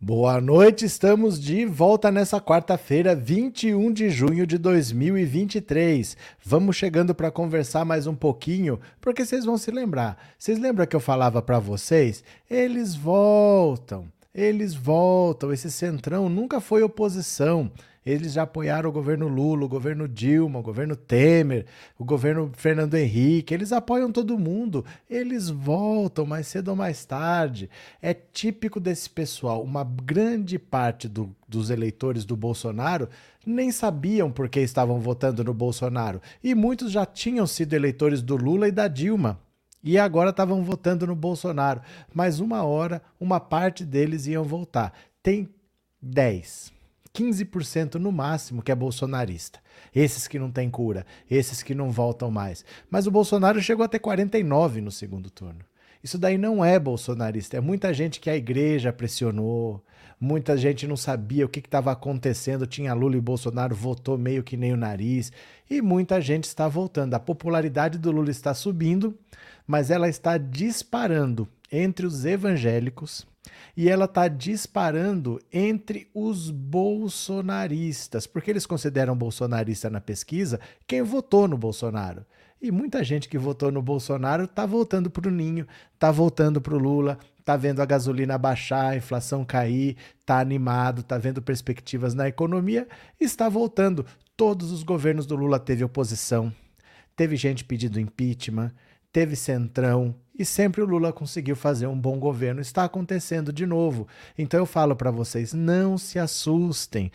Boa noite, estamos de volta nessa quarta-feira, 21 de junho de 2023. Vamos chegando para conversar mais um pouquinho, porque vocês vão se lembrar. Vocês lembram que eu falava para vocês? Eles voltam. Esse centrão nunca foi oposição. Eles já apoiaram o governo Lula, o governo Dilma, o governo Temer, o governo Fernando Henrique. Eles apoiam todo mundo. Eles voltam mais cedo ou mais tarde. É típico desse pessoal. Uma grande parte dos eleitores do Bolsonaro nem sabiam por que estavam votando no Bolsonaro. E muitos já tinham sido eleitores do Lula e da Dilma. E agora estavam votando no Bolsonaro. Mas uma hora, uma parte deles iam voltar. Tem 15% no máximo que é bolsonarista. Esses que não têm cura, esses que não voltam mais. Mas o Bolsonaro chegou a ter 49 no segundo turno. Isso daí não é bolsonarista, é muita gente que a igreja pressionou, muita gente não sabia o que estava acontecendo, tinha Lula e Bolsonaro, votou meio que nem o nariz, e muita gente está voltando. A popularidade do Lula está subindo, mas ela está disparando entre os evangélicos, e ela está disparando entre os bolsonaristas, porque eles consideram bolsonarista na pesquisa quem votou no Bolsonaro. E muita gente que votou no Bolsonaro está voltando para o Ninho, está voltando para o Lula, está vendo a gasolina baixar, a inflação cair, está animado, está vendo perspectivas na economia, está voltando. Todos os governos do Lula teve oposição, teve gente pedindo impeachment, teve centrão, e sempre o Lula conseguiu fazer um bom governo. Está acontecendo de novo. Então eu falo para vocês, não se assustem.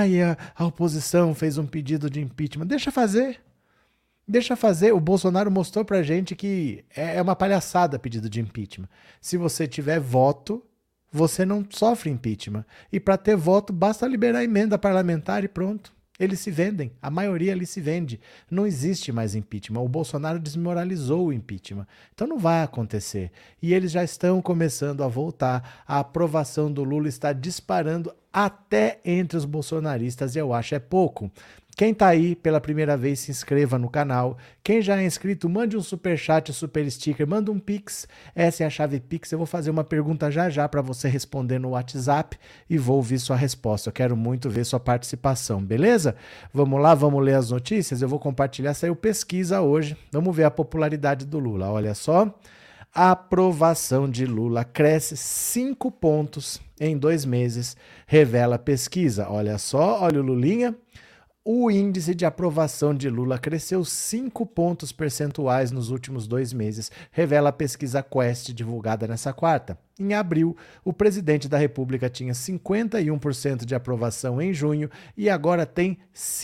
A oposição fez um pedido de impeachment. Deixa fazer. Deixa fazer. O Bolsonaro mostrou pra gente que é uma palhaçada pedido de impeachment. Se você tiver voto, você não sofre impeachment. E para ter voto, basta liberar a emenda parlamentar e pronto. Eles se vendem, a maioria ali se vende. Não existe mais impeachment. O Bolsonaro desmoralizou o impeachment. Então não vai acontecer. E eles já estão começando a voltar. A aprovação do Lula está disparando até entre os bolsonaristas, e eu acho é pouco. Quem tá aí pela primeira vez, se inscreva no canal. Quem já é inscrito, mande um superchat, super sticker, manda um pix. Essa é a chave pix. Eu vou fazer uma pergunta já para você responder no WhatsApp e vou ouvir sua resposta. Eu quero muito ver sua participação, beleza? Vamos lá, vamos ler as notícias? Eu vou compartilhar, saiu pesquisa hoje. Vamos ver a popularidade do Lula, olha só. A aprovação de Lula cresce 5 pontos em 2 meses, revela a pesquisa. Olha só, olha o Lulinha. O índice de aprovação de Lula cresceu 5 pontos percentuais nos últimos 2 meses, revela a pesquisa Quest divulgada nessa quarta. Em abril, o presidente da República tinha 51% de aprovação em junho e agora tem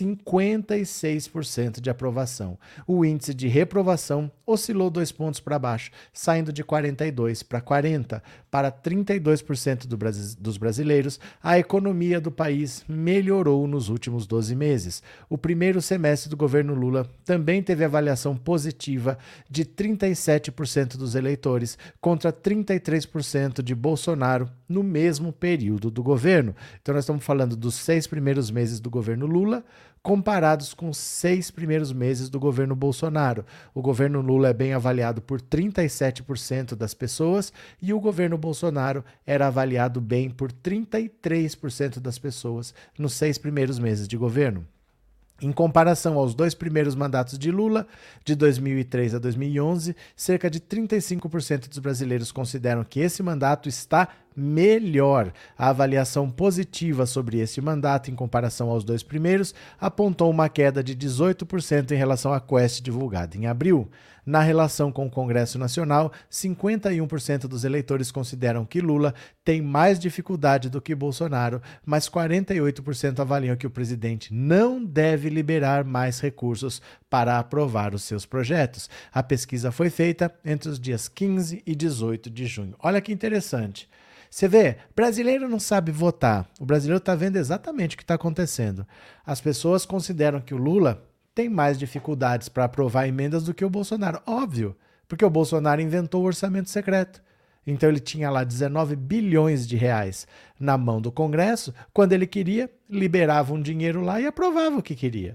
56% de aprovação. O índice de reprovação oscilou 2 pontos para baixo, saindo de 42 para 40. Para 32% dos brasileiros, a economia do país melhorou nos últimos 12 meses. O primeiro semestre do governo Lula também teve avaliação positiva de 37% dos eleitores contra 33% de Bolsonaro no mesmo período do governo. Então nós estamos falando dos 6 primeiros meses do governo Lula comparados com os 6 primeiros meses do governo Bolsonaro. O governo Lula é bem avaliado por 37% das pessoas e o governo Bolsonaro era avaliado bem por 33% das pessoas nos 6 primeiros meses de governo. Em comparação aos 2 primeiros mandatos de Lula, de 2003 a 2011, cerca de 35% dos brasileiros consideram que esse mandato está melhor. A avaliação positiva sobre esse mandato em comparação aos 2 primeiros apontou uma queda de 18% em relação à Quest divulgada em abril. Na relação com o Congresso Nacional, 51% dos eleitores consideram que Lula tem mais dificuldade do que Bolsonaro, mas 48% avaliam que o presidente não deve liberar mais recursos para aprovar os seus projetos. A pesquisa foi feita entre os dias 15 e 18 de junho. Olha que interessante. Você vê, brasileiro não sabe votar. O brasileiro está vendo exatamente o que está acontecendo. As pessoas consideram que o Lula tem mais dificuldades para aprovar emendas do que o Bolsonaro. Óbvio, porque o Bolsonaro inventou o orçamento secreto. Então ele tinha lá 19 bilhões de reais na mão do Congresso. Quando ele queria, liberava um dinheiro lá e aprovava o que queria.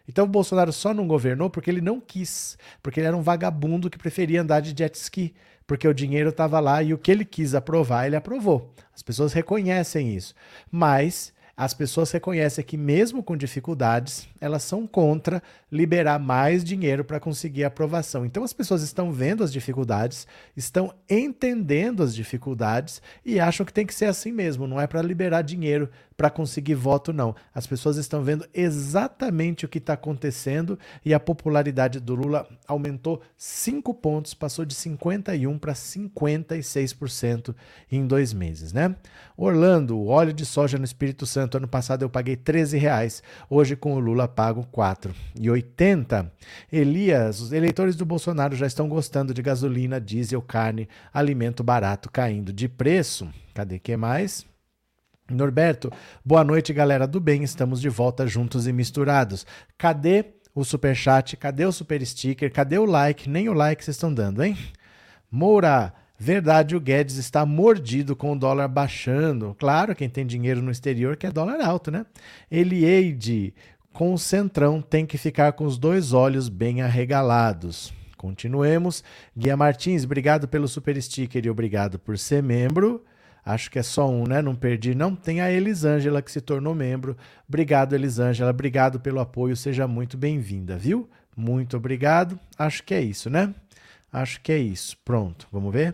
Então o Bolsonaro só não governou porque ele não quis, porque ele era um vagabundo que preferia andar de jet ski, porque o dinheiro estava lá e o que ele quis aprovar, ele aprovou. As pessoas reconhecem isso. Mas as pessoas reconhecem que mesmo com dificuldades, elas são contra liberar mais dinheiro para conseguir aprovação. Então as pessoas estão vendo as dificuldades, estão entendendo as dificuldades e acham que tem que ser assim mesmo, não é para liberar dinheiro para conseguir voto, não. As pessoas estão vendo exatamente o que está acontecendo e a popularidade do Lula aumentou 5 pontos, passou de 51% para 56% em 2 meses, né? Orlando, o óleo de soja no Espírito Santo, ano passado eu paguei R$13, hoje com o Lula pago R$4,80. Elias, os eleitores do Bolsonaro já estão gostando de gasolina, diesel, carne, alimento barato caindo de preço. Cadê que mais? Norberto, boa noite, galera do bem, estamos de volta juntos e misturados. Cadê o superchat? Cadê o super sticker? Cadê o like? Nem o like vocês estão dando, hein? Moura, verdade, o Guedes está mordido com o dólar baixando. Claro, quem tem dinheiro no exterior quer dólar alto, né? Elieide, com o Centrão tem que ficar com os 2 olhos bem arregalados. Continuemos. Guia Martins, obrigado pelo super sticker e obrigado por ser membro. Acho que é só um, né? Não perdi. Não, tem a Elisângela que se tornou membro. Obrigado, Elisângela. Obrigado pelo apoio. Seja muito bem-vinda, viu? Muito obrigado. Acho que é isso, né? Acho que é isso. Pronto, vamos ver?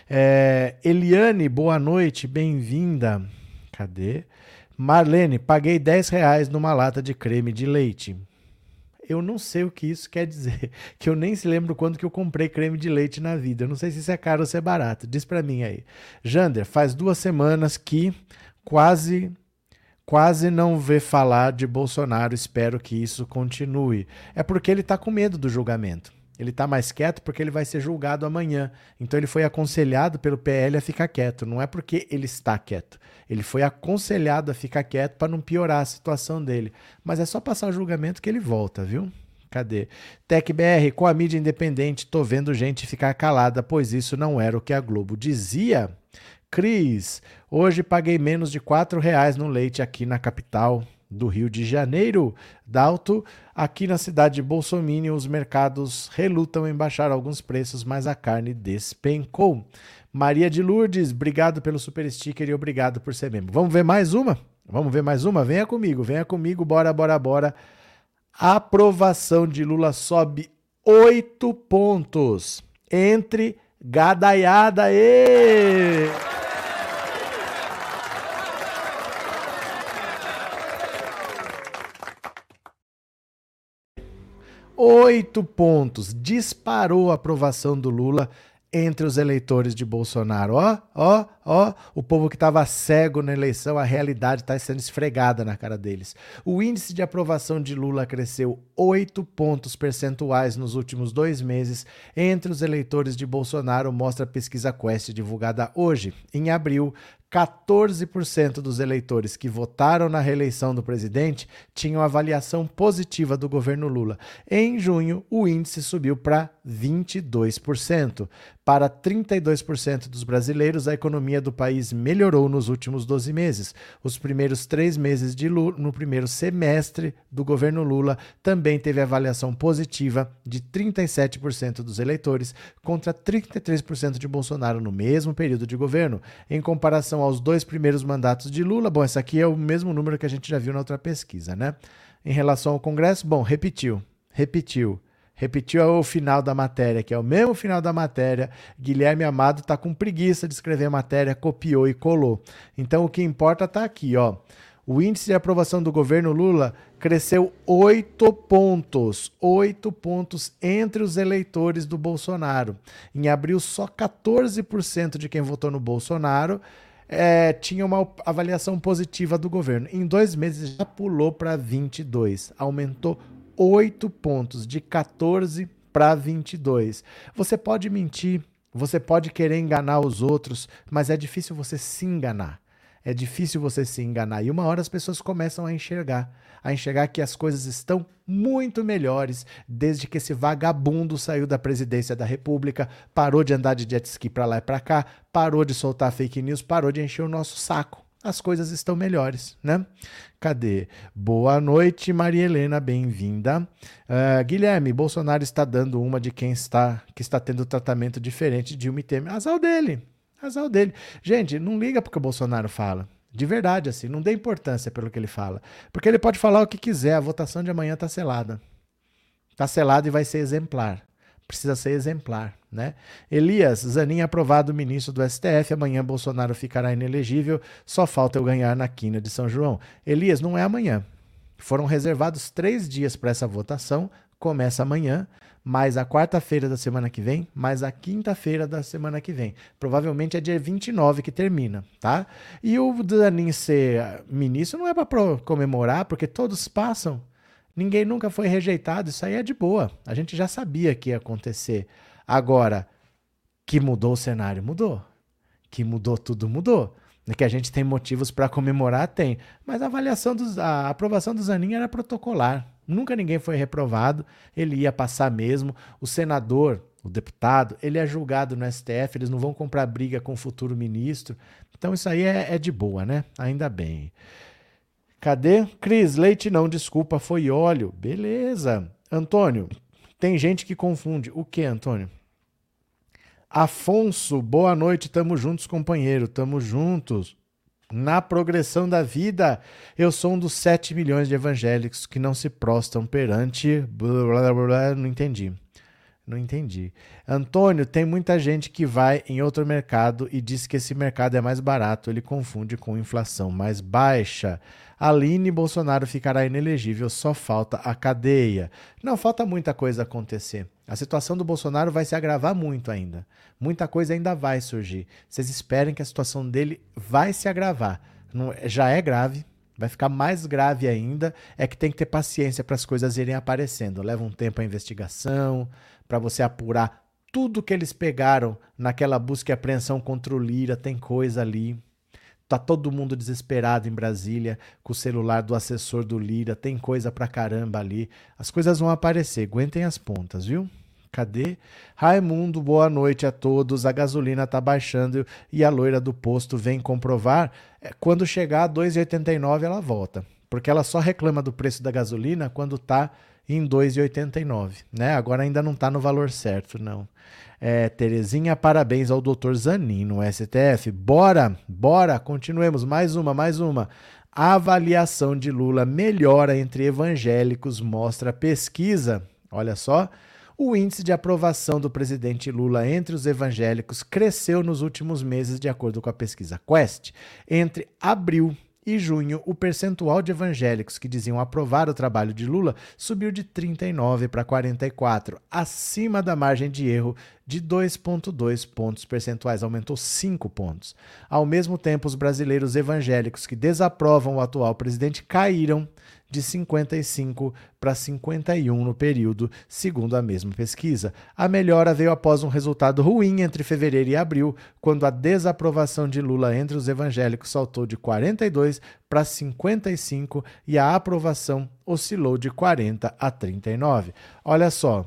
Eliane, boa noite. Bem-vinda. Cadê? Marlene, paguei R$10 numa lata de creme de leite. Eu não sei o que isso quer dizer, que eu nem se lembro quando que eu comprei creme de leite na vida. Eu não sei se isso é caro ou se é barato. Diz pra mim aí. Jander, faz 2 semanas que quase não vê falar de Bolsonaro. Espero que isso continue. É porque ele tá com medo do julgamento. Ele está mais quieto porque ele vai ser julgado amanhã. Então ele foi aconselhado pelo PL a ficar quieto. Não é porque ele está quieto. Ele foi aconselhado a ficar quieto para não piorar a situação dele. Mas é só passar o julgamento que ele volta, viu? Cadê? TecBR, com a mídia independente, tô vendo gente ficar calada, pois isso não era o que a Globo dizia. Cris, hoje paguei menos de R$4 no leite aqui na capital do Rio de Janeiro. Dalto, aqui na cidade de Bolsominion, os mercados relutam em baixar alguns preços, mas a carne despencou. Maria de Lourdes, obrigado pelo super sticker e obrigado por ser membro. Vamos ver mais uma? Vamos ver mais uma? Venha comigo, bora. A aprovação de Lula sobe 8 pontos. Entre gadaiada e... 8 pontos. Disparou a aprovação do Lula entre os eleitores de Bolsonaro. Ó, o povo que estava cego na eleição, a realidade está sendo esfregada na cara deles. O índice de aprovação de Lula cresceu 8 pontos percentuais nos últimos 2 meses entre os eleitores de Bolsonaro, mostra a pesquisa Quest divulgada hoje. Em abril, 14% dos eleitores que votaram na reeleição do presidente tinham avaliação positiva do governo Lula. Em junho, o índice subiu para 22%. Para 32% dos brasileiros, a economia do país melhorou nos últimos 12 meses. Os primeiros 3 meses de Lula, no primeiro semestre do governo Lula, também teve avaliação positiva de 37% dos eleitores, contra 33% de Bolsonaro no mesmo período de governo. Em comparação aos 2 primeiros mandatos de Lula, bom, esse aqui é o mesmo número que a gente já viu na outra pesquisa, né? Em relação ao Congresso, bom, repetiu o final da matéria, que é o mesmo final da matéria. Guilherme Amado está com preguiça de escrever a matéria, copiou e colou. Então o que importa está aqui, ó. O índice de aprovação do governo Lula cresceu 8 pontos entre os eleitores do Bolsonaro. Em abril, só 14% de quem votou no Bolsonaro tinha uma avaliação positiva do governo. Em 2 meses já pulou para 22%, aumentou 8 pontos, de 14 para 22. Você pode mentir, você pode querer enganar os outros, mas é difícil você se enganar. É difícil você se enganar. E uma hora as pessoas começam a enxergar que as coisas estão muito melhores desde que esse vagabundo saiu da presidência da República, parou de andar de jet ski para lá e para cá, parou de soltar fake news, parou de encher o nosso saco. as coisas estão melhores, né? Cadê? Boa noite, Maria Helena, bem-vinda. Guilherme, Bolsonaro está dando uma de que está tendo tratamento diferente de Dilma e Temer. Azar dele. Gente, não liga porque o Bolsonaro fala. De verdade, assim, não dê importância pelo que ele fala. Porque ele pode falar o que quiser, a votação de amanhã está selada. Está selada e vai ser exemplar. Precisa ser exemplar, né? Elias, Zanin aprovado ministro do STF, amanhã Bolsonaro ficará inelegível, só falta eu ganhar na quina de São João. Elias, não é amanhã. Foram reservados 3 dias para essa votação, começa amanhã, mais a quarta-feira da semana que vem, mais a quinta-feira da semana que vem. Provavelmente é dia 29 que termina, tá? E o Zanin ser ministro não é para comemorar, porque todos passam. Ninguém nunca foi rejeitado, isso aí é de boa. A gente já sabia que ia acontecer. Agora, que mudou o cenário, mudou. Que mudou tudo, mudou. Que a gente tem motivos para comemorar, tem. Mas a aprovação do Zanin era protocolar. Nunca ninguém foi reprovado, ele ia passar mesmo. O senador, o deputado, ele é julgado no STF, eles não vão comprar briga com o futuro ministro. Então isso aí é de boa, né? Ainda bem. Cadê? Cris, leite não, desculpa, foi óleo. Beleza. Antônio, tem gente que confunde. O que, Antônio? Afonso, boa noite, tamo juntos, companheiro, tamo juntos. Na progressão da vida, eu sou um dos 7 milhões de evangélicos que não se prostram perante... Não entendi. Antônio, tem muita gente que vai em outro mercado e diz que esse mercado é mais barato. Ele confunde com inflação mais baixa. Aline, Bolsonaro ficará inelegível, só falta a cadeia. Não, falta muita coisa acontecer. A situação do Bolsonaro vai se agravar muito ainda. Muita coisa ainda vai surgir. Vocês esperem que a situação dele vai se agravar. Não, já é grave. Vai ficar mais grave ainda, é que tem que ter paciência para as coisas irem aparecendo. Leva um tempo a investigação, para você apurar tudo que eles pegaram naquela busca e apreensão contra o Lira, tem coisa ali. Tá todo mundo desesperado em Brasília com o celular do assessor do Lira, tem coisa pra caramba ali. As coisas vão aparecer, aguentem as pontas, viu? Cadê? Raimundo, boa noite a todos. A gasolina tá baixando e a loira do posto vem comprovar. Quando chegar a 2,89 ela volta, porque ela só reclama do preço da gasolina quando tá em 2,89, né? Agora ainda não tá no valor certo, não. Terezinha, parabéns ao Dr. Zanin no STF. Bora, continuemos. Mais uma. A avaliação de Lula melhora entre evangélicos, mostra pesquisa. Olha só. O índice de aprovação do presidente Lula entre os evangélicos cresceu nos últimos meses, de acordo com a pesquisa Quest. Entre abril e junho, o percentual de evangélicos que diziam aprovar o trabalho de Lula subiu de 39 para 44, acima da margem de erro de 2,2 pontos percentuais, aumentou 5 pontos. Ao mesmo tempo, os brasileiros evangélicos que desaprovam o atual presidente caíram de 55 para 51 no período, segundo a mesma pesquisa. A melhora veio após um resultado ruim entre fevereiro e abril, quando a desaprovação de Lula entre os evangélicos saltou de 42 para 55 e a aprovação oscilou de 40 a 39. Olha só.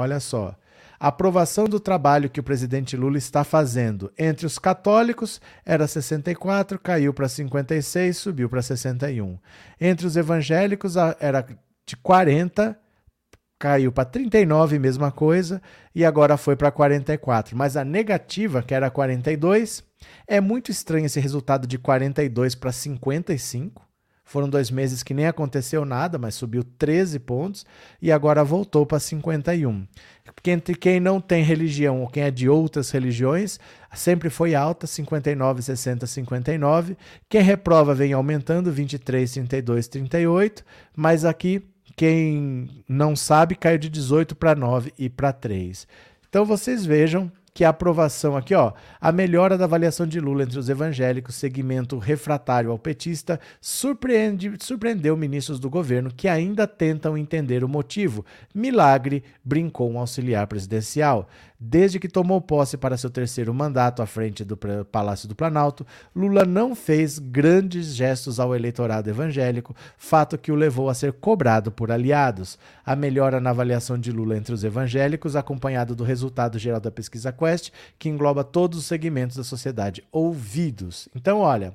A aprovação do trabalho que o presidente Lula está fazendo entre os católicos era 64, caiu para 56, subiu para 61. Entre os evangélicos era de 40, caiu para 39, mesma coisa, e agora foi para 44. Mas a negativa, que era 42, é muito estranho esse resultado de 42 para 55. Foram 2 meses que nem aconteceu nada, mas subiu 13 pontos e agora voltou para 51. Porque entre quem não tem religião ou quem é de outras religiões, sempre foi alta, 59, 60, 59. Quem reprova vem aumentando, 23, 32, 38. Mas aqui, quem não sabe, caiu de 18 para 9 e para 3. Então vocês vejam que a aprovação aqui, a melhora da avaliação de Lula entre os evangélicos, segmento refratário ao petista, surpreendeu ministros do governo que ainda tentam entender o motivo. Milagre, brincou um auxiliar presidencial. Desde que tomou posse para seu 3º mandato à frente do Palácio do Planalto, Lula não fez grandes gestos ao eleitorado evangélico, fato que o levou a ser cobrado por aliados. A melhora na avaliação de Lula entre os evangélicos, acompanhado do resultado geral da pesquisa Quest, que engloba todos os segmentos da sociedade ouvidos. Então, olha,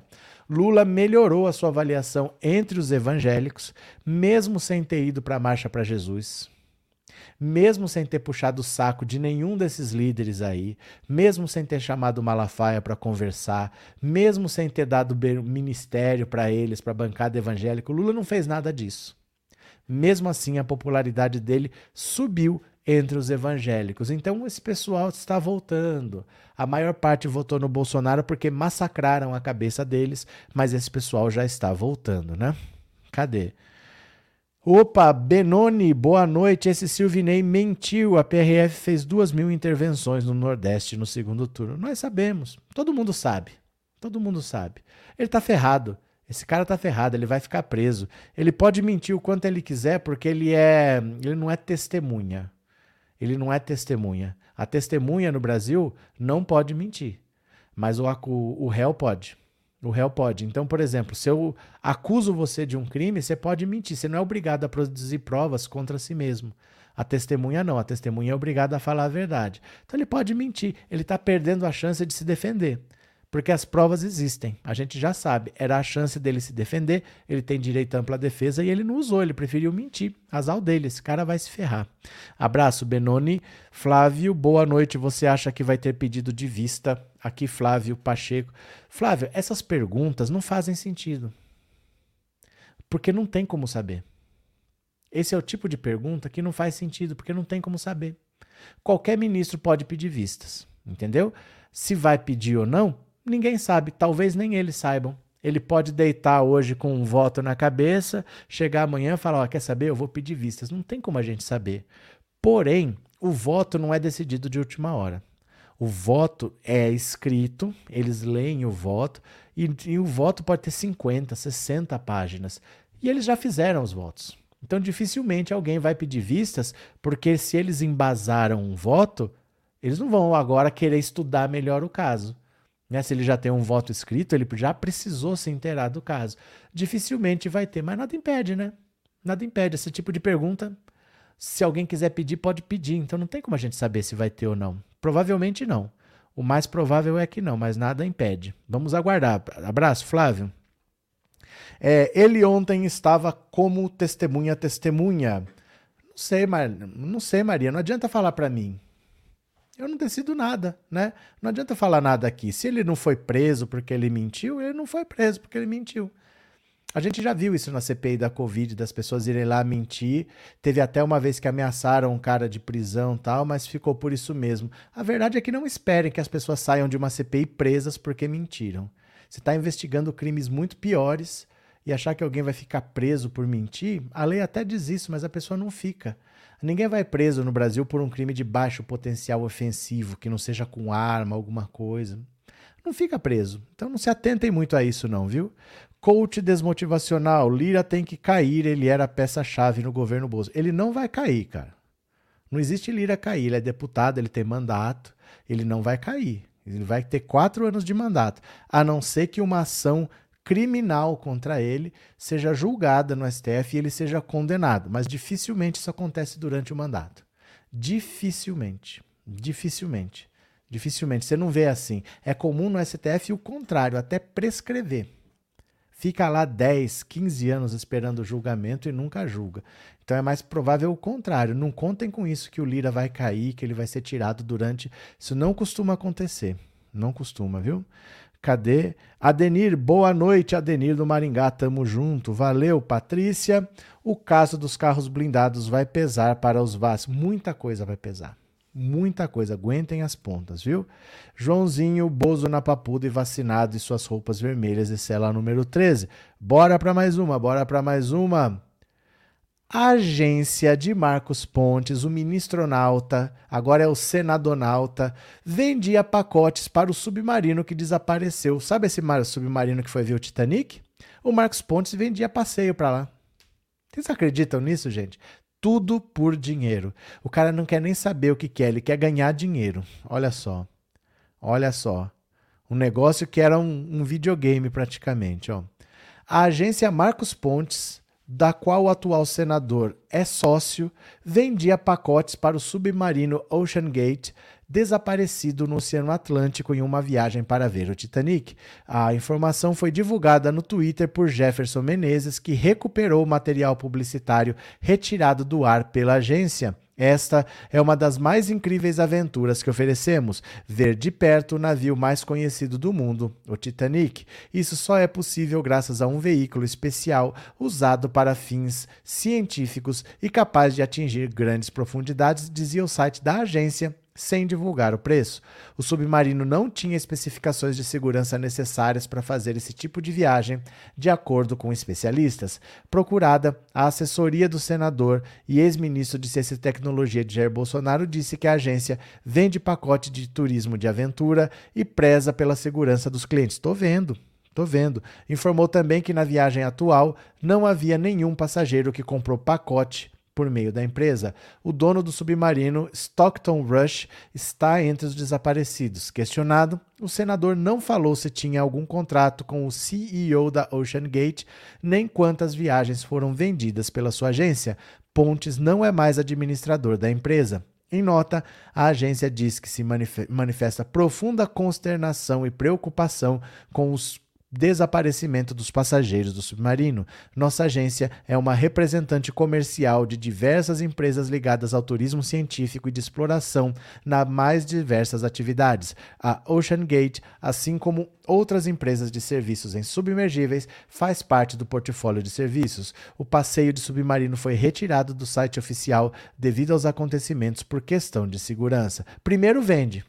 Lula melhorou a sua avaliação entre os evangélicos, mesmo sem ter ido para a Marcha para Jesus, mesmo sem ter puxado o saco de nenhum desses líderes aí, mesmo sem ter chamado Malafaia para conversar, mesmo sem ter dado ministério para eles, para a bancada evangélica, Lula não fez nada disso. Mesmo assim, a popularidade dele subiu entre os evangélicos. Então, esse pessoal está voltando. A maior parte votou no Bolsonaro porque massacraram a cabeça deles, mas esse pessoal já está voltando, né? Cadê? Opa, Benoni, boa noite. Esse Silvinei mentiu. A PRF fez 2.000 intervenções no Nordeste no segundo turno. Nós sabemos. Todo mundo sabe. Todo mundo sabe. Ele tá ferrado. Esse cara tá ferrado. Ele vai ficar preso. Ele pode mentir o quanto ele quiser porque ele não é testemunha. Ele não é testemunha. A testemunha no Brasil não pode mentir. Mas o réu pode. O réu pode. Então, por exemplo, se eu acuso você de um crime, você pode mentir. Você não é obrigado a produzir provas contra si mesmo. A testemunha não. A testemunha é obrigada a falar a verdade. Então, ele pode mentir. Ele está perdendo a chance de se defender. Porque as provas existem. A gente já sabe. Era a chance dele se defender. Ele tem direito à ampla defesa e ele não usou. Ele preferiu mentir. Azar dele. Esse cara vai se ferrar. Abraço, Benoni. Flávio, boa noite. Você acha que vai ter pedido de vista? Aqui, Flávio Pacheco. Flávio, essas perguntas não fazem sentido. Porque não tem como saber. Esse é o tipo de pergunta que não faz sentido, porque não tem como saber. Qualquer ministro pode pedir vistas. Entendeu? Se vai pedir ou não, ninguém sabe, talvez nem eles saibam. Ele pode deitar hoje com um voto na cabeça, chegar amanhã e falar, quer saber, eu vou pedir vistas. Não tem como a gente saber. Porém, o voto não é decidido de última hora. O voto é escrito, eles leem o voto, e o voto pode ter 50, 60 páginas. E eles já fizeram os votos. Então, dificilmente alguém vai pedir vistas, porque se eles embasaram um voto, eles não vão agora querer estudar melhor o caso. Né? Se ele já tem um voto escrito, ele já precisou se inteirar do caso. Dificilmente vai ter, mas nada impede, né? Nada impede. Esse tipo de pergunta, se alguém quiser pedir, pode pedir. Então não tem como a gente saber se vai ter ou não. Provavelmente não. O mais provável é que não, mas nada impede. Vamos aguardar. Abraço, Flávio. Ele ontem estava como testemunha. Não sei, Maria. Não adianta falar para mim. Eu não decido nada, né? Não adianta falar nada aqui. Se ele não foi preso porque ele mentiu, ele não foi preso porque ele mentiu. A gente já viu isso na CPI da Covid, das pessoas irem lá mentir. Teve até uma vez que ameaçaram um cara de prisão e tal, mas ficou por isso mesmo. A verdade é que não esperem que as pessoas saiam de uma CPI presas porque mentiram. Você está investigando crimes muito piores e achar que alguém vai ficar preso por mentir, a lei até diz isso, mas a pessoa não fica. Ninguém vai preso no Brasil por um crime de baixo potencial ofensivo, que não seja com arma, alguma coisa. Não fica preso. Então não se atentem muito a isso não, viu? Coach desmotivacional, Lira tem que cair, ele era a peça-chave no governo Bolsonaro. Ele não vai cair, cara. Não existe Lira cair, ele é deputado, ele tem mandato, ele não vai cair. Ele vai ter 4 anos de mandato, a não ser que uma ação criminal contra ele seja julgada no STF e ele seja condenado. Mas dificilmente isso acontece durante o mandato. Dificilmente. Você não vê assim. É comum no STF o contrário, até prescrever. Fica lá 10, 15 anos esperando o julgamento e nunca julga. Então é mais provável o contrário. Não contem com isso que o Lira vai cair, que ele vai ser tirado durante... Isso não costuma acontecer. Não costuma, viu? Cadê? Adenir, boa noite, Adenir do Maringá, tamo junto. Valeu, Patrícia. O caso dos carros blindados vai pesar para os Vasco. Muita coisa vai pesar. Muita coisa. Aguentem as pontas, viu? Joãozinho, Bozo na papuda e vacinado e suas roupas vermelhas e cela número 13. Bora para mais uma. A agência de Marcos Pontes, o ministronauta, agora é o senadonauta, vendia pacotes para o submarino que desapareceu. Sabe esse submarino que foi ver o Titanic? O Marcos Pontes vendia passeio para lá. Vocês acreditam nisso, gente? Tudo por dinheiro. O cara não quer nem saber o que quer, ele quer ganhar dinheiro. Olha só. Um negócio que era um videogame praticamente. Ó. A agência Marcos Pontes da qual o atual senador é sócio, vendia pacotes para o submarino Ocean Gate, desaparecido no Oceano Atlântico em uma viagem para ver o Titanic. A informação foi divulgada no Twitter por Jefferson Menezes, que recuperou o material publicitário retirado do ar pela agência. Esta é uma das mais incríveis aventuras que oferecemos, ver de perto o navio mais conhecido do mundo, o Titanic. Isso só é possível graças a um veículo especial usado para fins científicos e capaz de atingir grandes profundidades, dizia o site da agência, sem divulgar o preço. O submarino não tinha especificações de segurança necessárias para fazer esse tipo de viagem, de acordo com especialistas. Procurada, a assessoria do senador e ex-ministro de Ciência e Tecnologia de Jair Bolsonaro disse que a agência vende pacote de turismo de aventura e preza pela segurança dos clientes. Tô vendo. Informou também que na viagem atual não havia nenhum passageiro que comprou pacote por meio da empresa. O dono do submarino, Stockton Rush, está entre os desaparecidos. Questionado, o senador não falou se tinha algum contrato com o CEO da Ocean Gate, nem quantas viagens foram vendidas pela sua agência. Pontes não é mais administrador da empresa. Em nota, a agência diz que se manifesta profunda consternação e preocupação com os desaparecimento dos passageiros do submarino. Nossa agência é uma representante comercial de diversas empresas ligadas ao turismo científico e de exploração nas mais diversas atividades. A Ocean Gate, assim como outras empresas de serviços em submergíveis, faz parte do portfólio de serviços. O passeio de submarino foi retirado do site oficial devido aos acontecimentos por questão de segurança. Primeiro vende,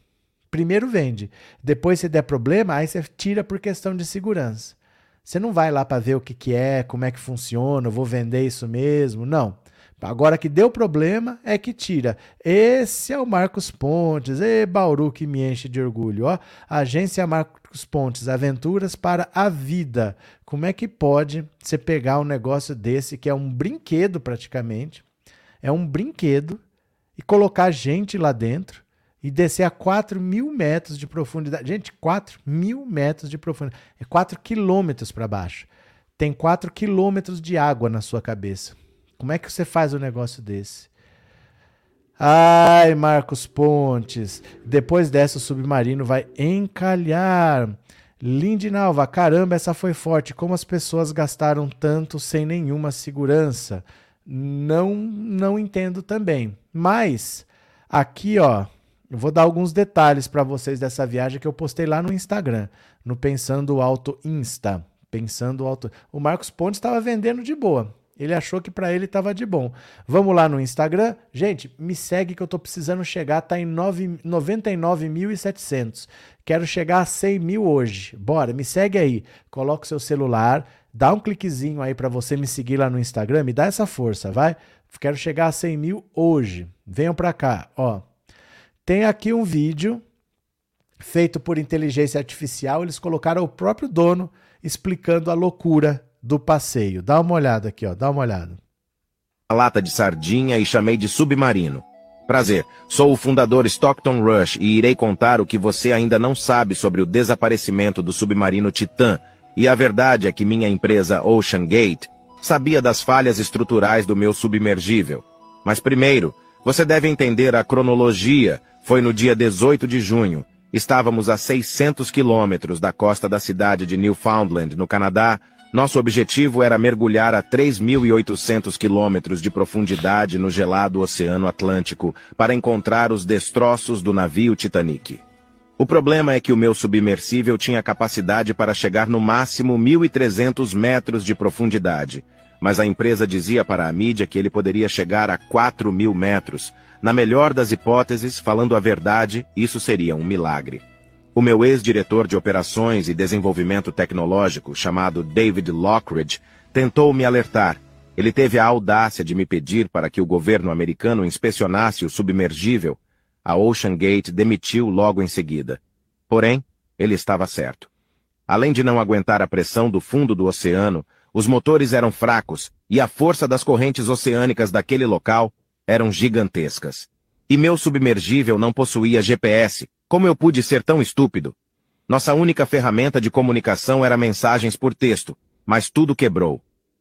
depois se der problema, aí você tira por questão de segurança. Você não vai lá para ver o que é, como é que funciona, eu vou vender isso mesmo, não. Agora que deu problema, é que tira. Esse é o Marcos Pontes, Bauru que me enche de orgulho. Ó. Agência Marcos Pontes, aventuras para a vida. Como é que pode você pegar um negócio desse, que é um brinquedo praticamente, é um brinquedo, e colocar gente lá dentro, e descer a 4.000 metros de profundidade. Gente, 4.000 metros de profundidade. É 4 quilômetros para baixo. Tem 4 quilômetros de água na sua cabeça. Como é que você faz um negócio desse? Ai, Marcos Pontes. Depois dessa, o submarino vai encalhar. Lindinalva, caramba, essa foi forte. Como as pessoas gastaram tanto sem nenhuma segurança? Não entendo também. Mas, aqui, ó, eu vou dar alguns detalhes para vocês dessa viagem que eu postei lá no Instagram, no Pensando Alto Insta. Pensando Alto. O Marcos Pontes estava vendendo de boa. Ele achou que para ele estava de bom. Vamos lá no Instagram? Gente, me segue que eu estou precisando chegar, tá em 99.700. Quero chegar a 100 mil hoje. Bora, me segue aí. Coloca o seu celular, dá um cliquezinho aí para você me seguir lá no Instagram, me dá essa força, vai? Quero chegar a 100 mil hoje. Venham para cá, ó. Tem aqui um vídeo feito por inteligência artificial. Eles colocaram o próprio dono explicando a loucura do passeio. Dá uma olhada aqui, ó. Dá uma olhada. A lata de sardinha e chamei de submarino. Prazer, sou o fundador Stockton Rush e irei contar o que você ainda não sabe sobre o desaparecimento do submarino Titã. E a verdade é que minha empresa Ocean Gate sabia das falhas estruturais do meu submergível. Mas primeiro, você deve entender a cronologia. Foi no dia 18 de junho. Estávamos a 600 quilômetros da costa da cidade de Newfoundland, no Canadá. Nosso objetivo era mergulhar a 3.800 quilômetros de profundidade no gelado Oceano Atlântico para encontrar os destroços do navio Titanic. O problema é que o meu submersível tinha capacidade para chegar no máximo 1.300 metros de profundidade, mas a empresa dizia para a mídia que ele poderia chegar a 4.000 metros. Na melhor das hipóteses, falando a verdade, isso seria um milagre. O meu ex-diretor de operações e desenvolvimento tecnológico, chamado David Lockridge, tentou me alertar. Ele teve a audácia de me pedir para que o governo americano inspecionasse o submergível. A Ocean Gate demitiu logo em seguida. Porém, ele estava certo. Além de não aguentar a pressão do fundo do oceano, os motores eram fracos e a força das correntes oceânicas daquele local eram gigantescas. E meu submergível não possuía GPS. Como eu pude ser tão estúpido? Nossa única ferramenta de comunicação era mensagens por texto, mas tudo quebrou.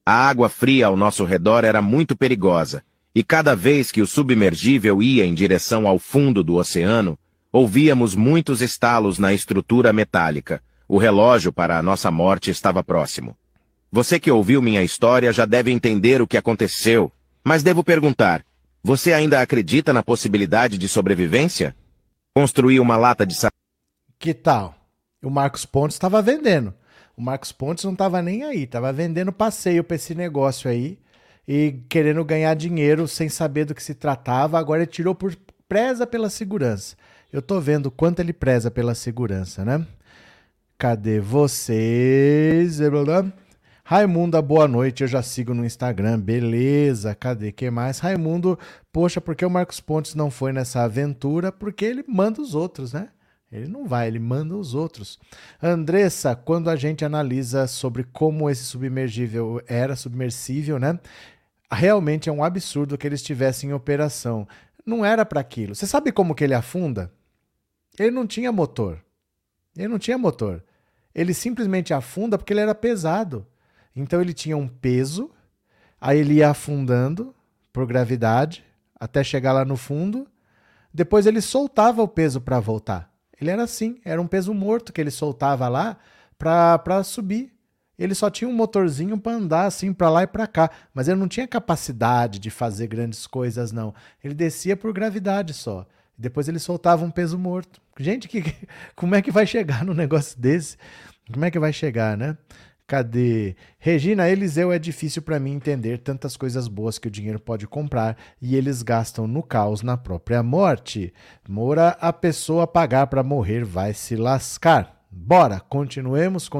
A água fria ao nosso redor era muito perigosa, e cada vez que o submergível ia em direção ao fundo do oceano, ouvíamos muitos estalos na estrutura metálica. O relógio para a nossa morte estava próximo. Você que ouviu minha história já deve entender o que aconteceu, mas devo perguntar, você ainda acredita na possibilidade de sobrevivência? Construir uma lata de Que tal? O Marcos Pontes estava vendendo. O Marcos Pontes não estava nem aí, estava vendendo passeio para esse negócio aí e querendo ganhar dinheiro sem saber do que se tratava. Agora ele tirou por preza pela segurança. Eu tô vendo quanto ele preza pela segurança, né? Cadê vocês? Raimunda, boa noite, eu já sigo no Instagram, beleza, cadê, que mais? Raimundo, poxa, por que o Marcos Pontes não foi nessa aventura? Porque ele manda os outros, né? Ele não vai, ele manda os outros. Andressa, quando a gente analisa sobre como esse submergível era submersível, né? Realmente é um absurdo que ele estivesse em operação. Não era para aquilo. Você sabe como que ele afunda? Ele não tinha motor. Ele não tinha motor. Ele simplesmente afunda porque ele era pesado. Então ele tinha um peso, aí ele ia afundando por gravidade até chegar lá no fundo. Depois ele soltava o peso para voltar. Ele era assim, era um peso morto que ele soltava lá para subir. Ele só tinha um motorzinho para andar assim para lá e para cá, mas ele não tinha capacidade de fazer grandes coisas não. Ele descia por gravidade só. Depois ele soltava um peso morto. Gente, como é que vai chegar num negócio desse? Como é que vai chegar, né? Cadê? Regina, Eliseu, é difícil para mim entender tantas coisas boas que o dinheiro pode comprar e eles gastam no caos, na própria morte. Moura, a pessoa pagar para morrer vai se lascar. Bora, continuemos.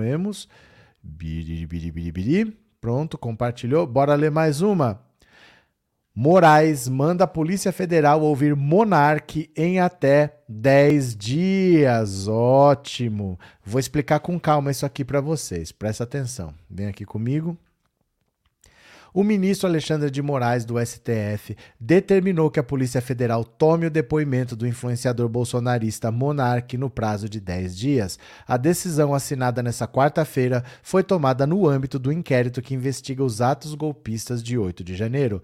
Biri. Pronto, compartilhou. Bora ler mais uma. Moraes manda a Polícia Federal ouvir Monark em até 10 dias. Ótimo. Vou explicar com calma isso aqui para vocês. Presta atenção. Vem aqui comigo. O ministro Alexandre de Moraes, do STF, determinou que a Polícia Federal tome o depoimento do influenciador bolsonarista Monark no prazo de 10 dias. A decisão assinada nesta quarta-feira foi tomada no âmbito do inquérito que investiga os atos golpistas de 8 de janeiro.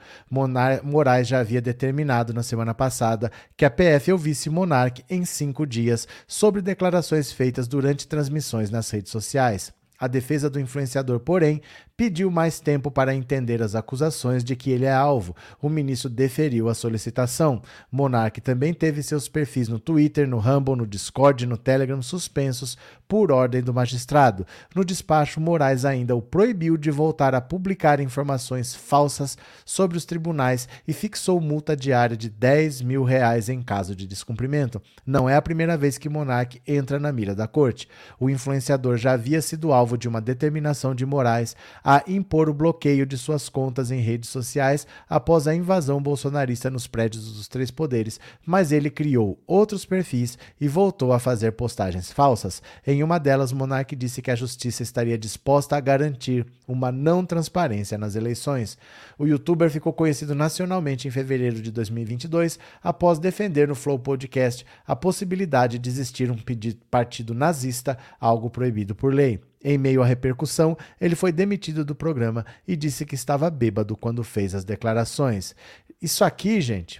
Moraes já havia determinado na semana passada que a PF ouvisse Monark em 5 dias sobre declarações feitas durante transmissões nas redes sociais. A defesa do influenciador, porém, pediu mais tempo para entender as acusações de que ele é alvo. O ministro deferiu a solicitação. Monark também teve seus perfis no Twitter, no Rumble, no Discord e no Telegram suspensos por ordem do magistrado. No despacho, Moraes ainda o proibiu de voltar a publicar informações falsas sobre os tribunais e fixou multa diária de R$10 mil em caso de descumprimento. Não é a primeira vez que Monark entra na mira da corte. O influenciador já havia sido alvo de uma determinação de Moraes a impor o bloqueio de suas contas em redes sociais após a invasão bolsonarista nos prédios dos três poderes, mas ele criou outros perfis e voltou a fazer postagens falsas. Em uma delas, Monark disse que a justiça estaria disposta a garantir uma não transparência nas eleições. O youtuber ficou conhecido nacionalmente em fevereiro de 2022 após defender no Flow Podcast a possibilidade de existir um partido nazista, algo proibido por lei. Em meio à repercussão, ele foi demitido do programa e disse que estava bêbado quando fez as declarações. Isso aqui, gente,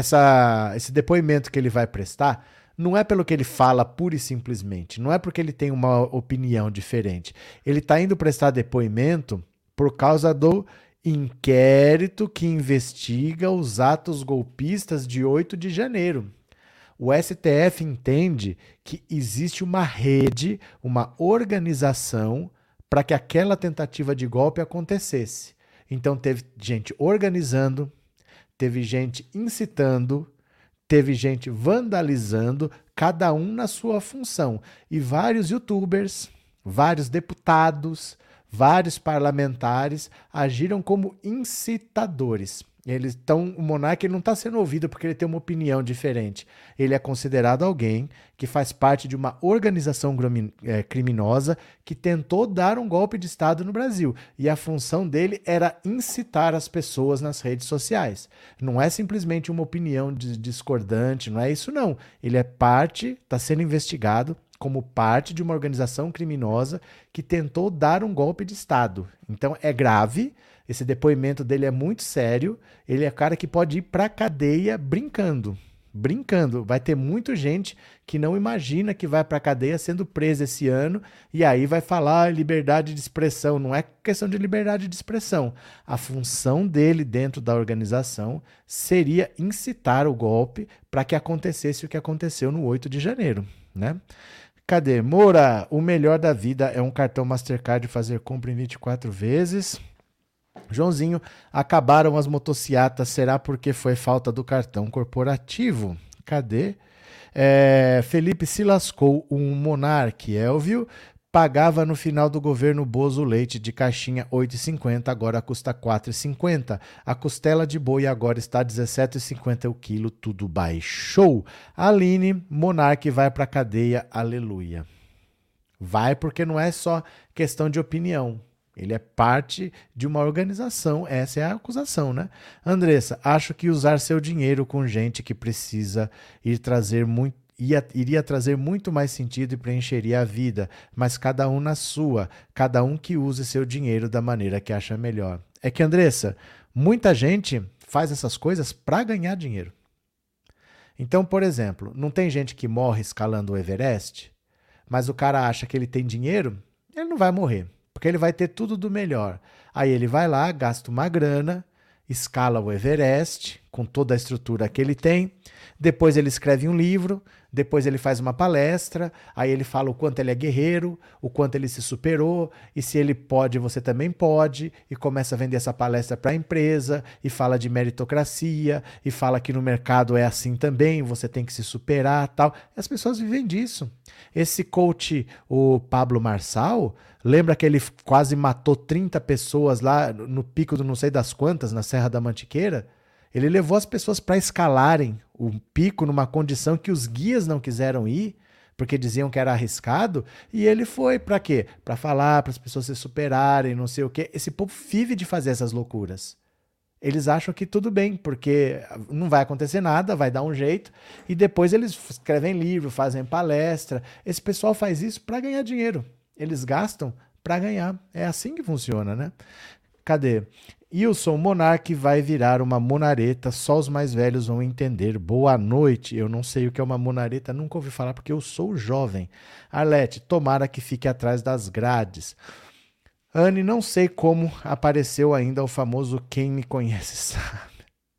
esse depoimento que ele vai prestar, não é pelo que ele fala pura e simplesmente, não é porque ele tem uma opinião diferente. Ele está indo prestar depoimento por causa do inquérito que investiga os atos golpistas de 8 de janeiro. O STF entende que existe uma rede, uma organização para que aquela tentativa de golpe acontecesse. Então teve gente organizando, teve gente incitando, teve gente vandalizando, cada um na sua função. E vários youtubers, vários deputados, vários parlamentares agiram como incitadores. O Monark não está sendo ouvido porque ele tem uma opinião diferente. Ele é considerado alguém que faz parte de uma organização criminosa que tentou dar um golpe de Estado no Brasil. E a função dele era incitar as pessoas nas redes sociais. Não é simplesmente uma opinião discordante, não é isso não. Ele é parte, está sendo investigado como parte de uma organização criminosa que tentou dar um golpe de Estado. Então é grave, esse depoimento dele é muito sério, ele é cara que pode ir para a cadeia brincando. Brincando, vai ter muita gente que não imagina que vai para a cadeia sendo presa esse ano e aí vai falar liberdade de expressão. Não é questão de liberdade de expressão. A função dele dentro da organização seria incitar o golpe para que acontecesse o que aconteceu no 8 de janeiro, né? Cadê? Moura, o melhor da vida é um cartão Mastercard fazer compra em 24 vezes. Joãozinho, acabaram as motocicletas, será porque foi falta do cartão corporativo? Cadê? Felipe se lascou, um monarque, Elvio, pagava no final do governo Bozo leite de caixinha 8,50, agora custa 4,50. A costela de boi agora está 17,50 o quilo, tudo baixou. Aline, monarque vai pra cadeia, aleluia. Vai porque não é só questão de opinião. Ele é parte de uma organização, essa é a acusação, né? Andressa, acho que usar seu dinheiro com gente que precisa iria trazer muito mais sentido e preencheria a vida, mas cada um na sua, cada um que use seu dinheiro da maneira que acha melhor. É que, Andressa, muita gente faz essas coisas para ganhar dinheiro. Então, por exemplo, não tem gente que morre escalando o Everest, mas o cara acha que ele tem dinheiro, ele não vai morrer. Porque ele vai ter tudo do melhor. Aí ele vai lá, gasta uma grana, escala o Everest, com toda a estrutura que ele tem. Depois ele escreve um livro, depois ele faz uma palestra, aí ele fala o quanto ele é guerreiro, o quanto ele se superou, e se ele pode, você também pode, e começa a vender essa palestra para a empresa, e fala de meritocracia, e fala que no mercado é assim também, você tem que se superar, tal. E as pessoas vivem disso. Esse coach, o Pablo Marçal, lembra que ele quase matou 30 pessoas lá no pico do não sei das quantas, na Serra da Mantiqueira? Ele levou as pessoas para escalarem o pico numa condição que os guias não quiseram ir, porque diziam que era arriscado, e ele foi para quê? Para falar, para as pessoas se superarem, não sei o quê. Esse povo vive de fazer essas loucuras. Eles acham que tudo bem, porque não vai acontecer nada, vai dar um jeito, e depois eles escrevem livro, fazem palestra. Esse pessoal faz isso para ganhar dinheiro. Eles gastam para ganhar. É assim que funciona, né? Cadê? Wilson, monarque vai virar uma monareta, só os mais velhos vão entender. Boa noite. Eu não sei o que é uma monareta, nunca ouvi falar porque eu sou jovem. Arlete, tomara que fique atrás das grades. Anne, não sei como apareceu ainda o famoso quem me conhece sabe.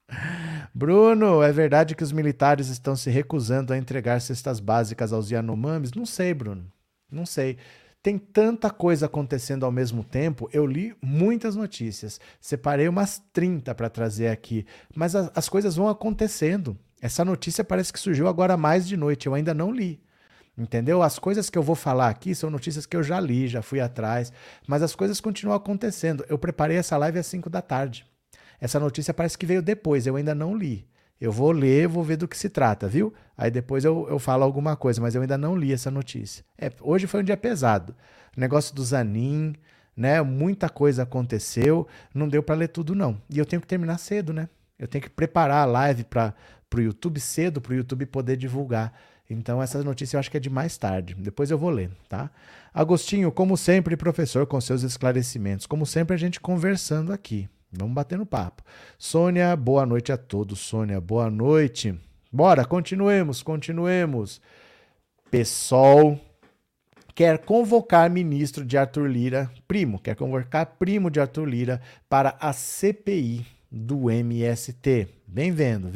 Bruno, é verdade que os militares estão se recusando a entregar cestas básicas aos Yanomamis? Não sei, Bruno. Não sei. Tem tanta coisa acontecendo ao mesmo tempo, eu li muitas notícias, separei umas 30 para trazer aqui, mas as coisas vão acontecendo. Essa notícia parece que surgiu agora mais de noite, eu ainda não li, entendeu? As coisas que eu vou falar aqui são notícias que eu já li, já fui atrás, mas as coisas continuam acontecendo. Eu preparei essa live às 5 da tarde. Essa notícia parece que veio depois, eu ainda não li. Eu vou ler, vou ver do que se trata, viu? Aí depois eu falo alguma coisa, mas eu ainda não li essa notícia. Hoje foi um dia pesado. O negócio do Zanin, né? Muita coisa aconteceu, não deu para ler tudo não. E eu tenho que terminar cedo, né? Eu tenho que preparar a live para o YouTube cedo, para o YouTube poder divulgar. Então essa notícia eu acho que é de mais tarde. Depois eu vou ler, tá? Agostinho, como sempre, professor, com seus esclarecimentos. Como sempre, a gente conversando aqui. Vamos bater no papo. Sônia, boa noite a todos. Sônia, boa noite. Bora, continuemos. PSOL quer convocar ministro de Arthur Lira, quer convocar primo de Arthur Lira para a CPI do MST. Vem vendo.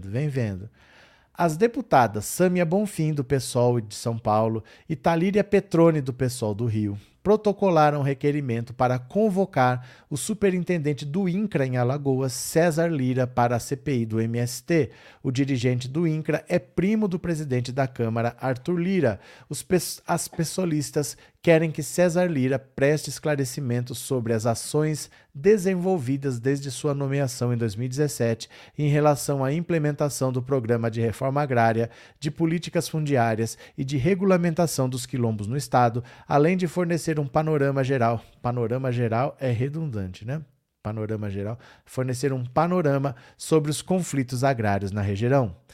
As deputadas Sâmia Bonfim, do PSOL de São Paulo, e Talíria Petroni, do PSOL do Rio, protocolaram requerimento para convocar o superintendente do INCRA em Alagoas, César Lira, para a CPI do MST. O dirigente do INCRA é primo do presidente da Câmara, Arthur Lira. As pessoalistas querem que César Lira preste esclarecimentos sobre as ações desenvolvidas desde sua nomeação em 2017 em relação à implementação do programa de reforma agrária, de políticas fundiárias e de regulamentação dos quilombos no estado, além de fornecer um panorama geral. Panorama geral é redundante, né? Panorama geral. Fornecer um panorama sobre os conflitos agrários na região.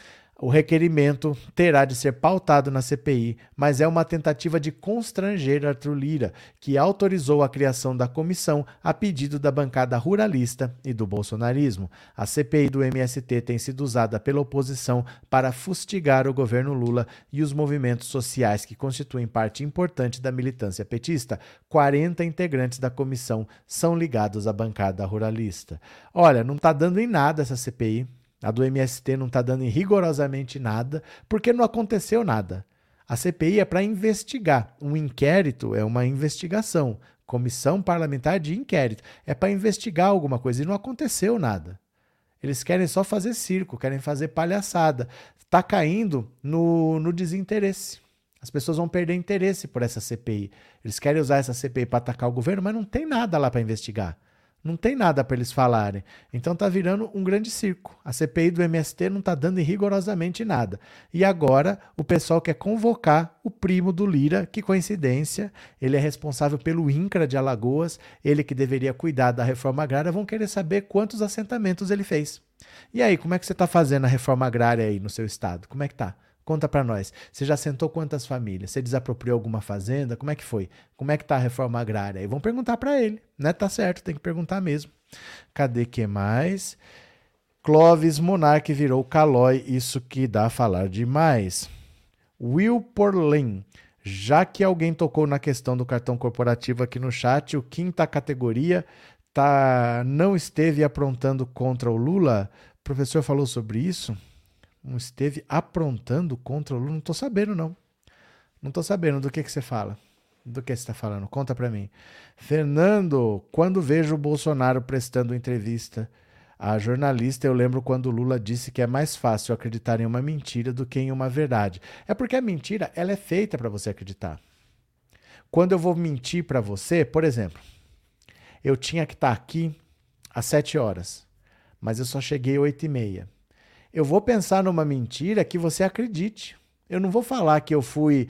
O requerimento terá de ser pautado na CPI, mas é uma tentativa de constranger Arthur Lira, que autorizou a criação da comissão a pedido da bancada ruralista e do bolsonarismo. A CPI do MST tem sido usada pela oposição para fustigar o governo Lula e os movimentos sociais que constituem parte importante da militância petista. 40 integrantes da comissão são ligados à bancada ruralista. Olha, não está dando em nada essa CPI. A do MST não está dando em rigorosamente nada, porque não aconteceu nada. A CPI é para investigar. Um inquérito é uma investigação. Comissão Parlamentar de Inquérito. É para investigar alguma coisa e não aconteceu nada. Eles querem só fazer circo, querem fazer palhaçada. Está caindo no desinteresse. As pessoas vão perder interesse por essa CPI. Eles querem usar essa CPI para atacar o governo, mas não tem nada lá para investigar. Não tem nada para eles falarem. Então tá virando um grande circo. A CPI do MST não tá dando em rigorosamente nada. E agora o pessoal quer convocar o primo do Lira, que coincidência, ele é responsável pelo INCRA de Alagoas, ele que deveria cuidar da reforma agrária, vão querer saber quantos assentamentos ele fez. E aí, como é que você tá fazendo a reforma agrária aí no seu estado? Como é que tá? Conta para nós. Você já assentou quantas famílias? Você desapropriou alguma fazenda? Como é que foi? Como é que tá a reforma agrária? E vão perguntar para ele, né? Tá certo, tem que perguntar mesmo. Cadê que mais? Clóvis Monarque virou Calói, isso que dá a falar demais. Will Porlin, já que alguém tocou na questão do cartão corporativo aqui no chat, o quinta categoria não esteve aprontando contra o Lula? O professor falou sobre isso? Não esteve aprontando contra o Lula? Não estou sabendo, não. Não estou sabendo do que você fala. Do que você está falando? Conta para mim. Fernando, quando vejo o Bolsonaro prestando entrevista a jornalista, eu lembro quando o Lula disse que é mais fácil acreditar em uma mentira do que em uma verdade. É porque a mentira, ela é feita para você acreditar. Quando eu vou mentir para você, por exemplo, eu tinha que estar aqui às 7 horas, mas eu só cheguei às 8h30. Eu vou pensar numa mentira que você acredite. Eu não vou falar que eu fui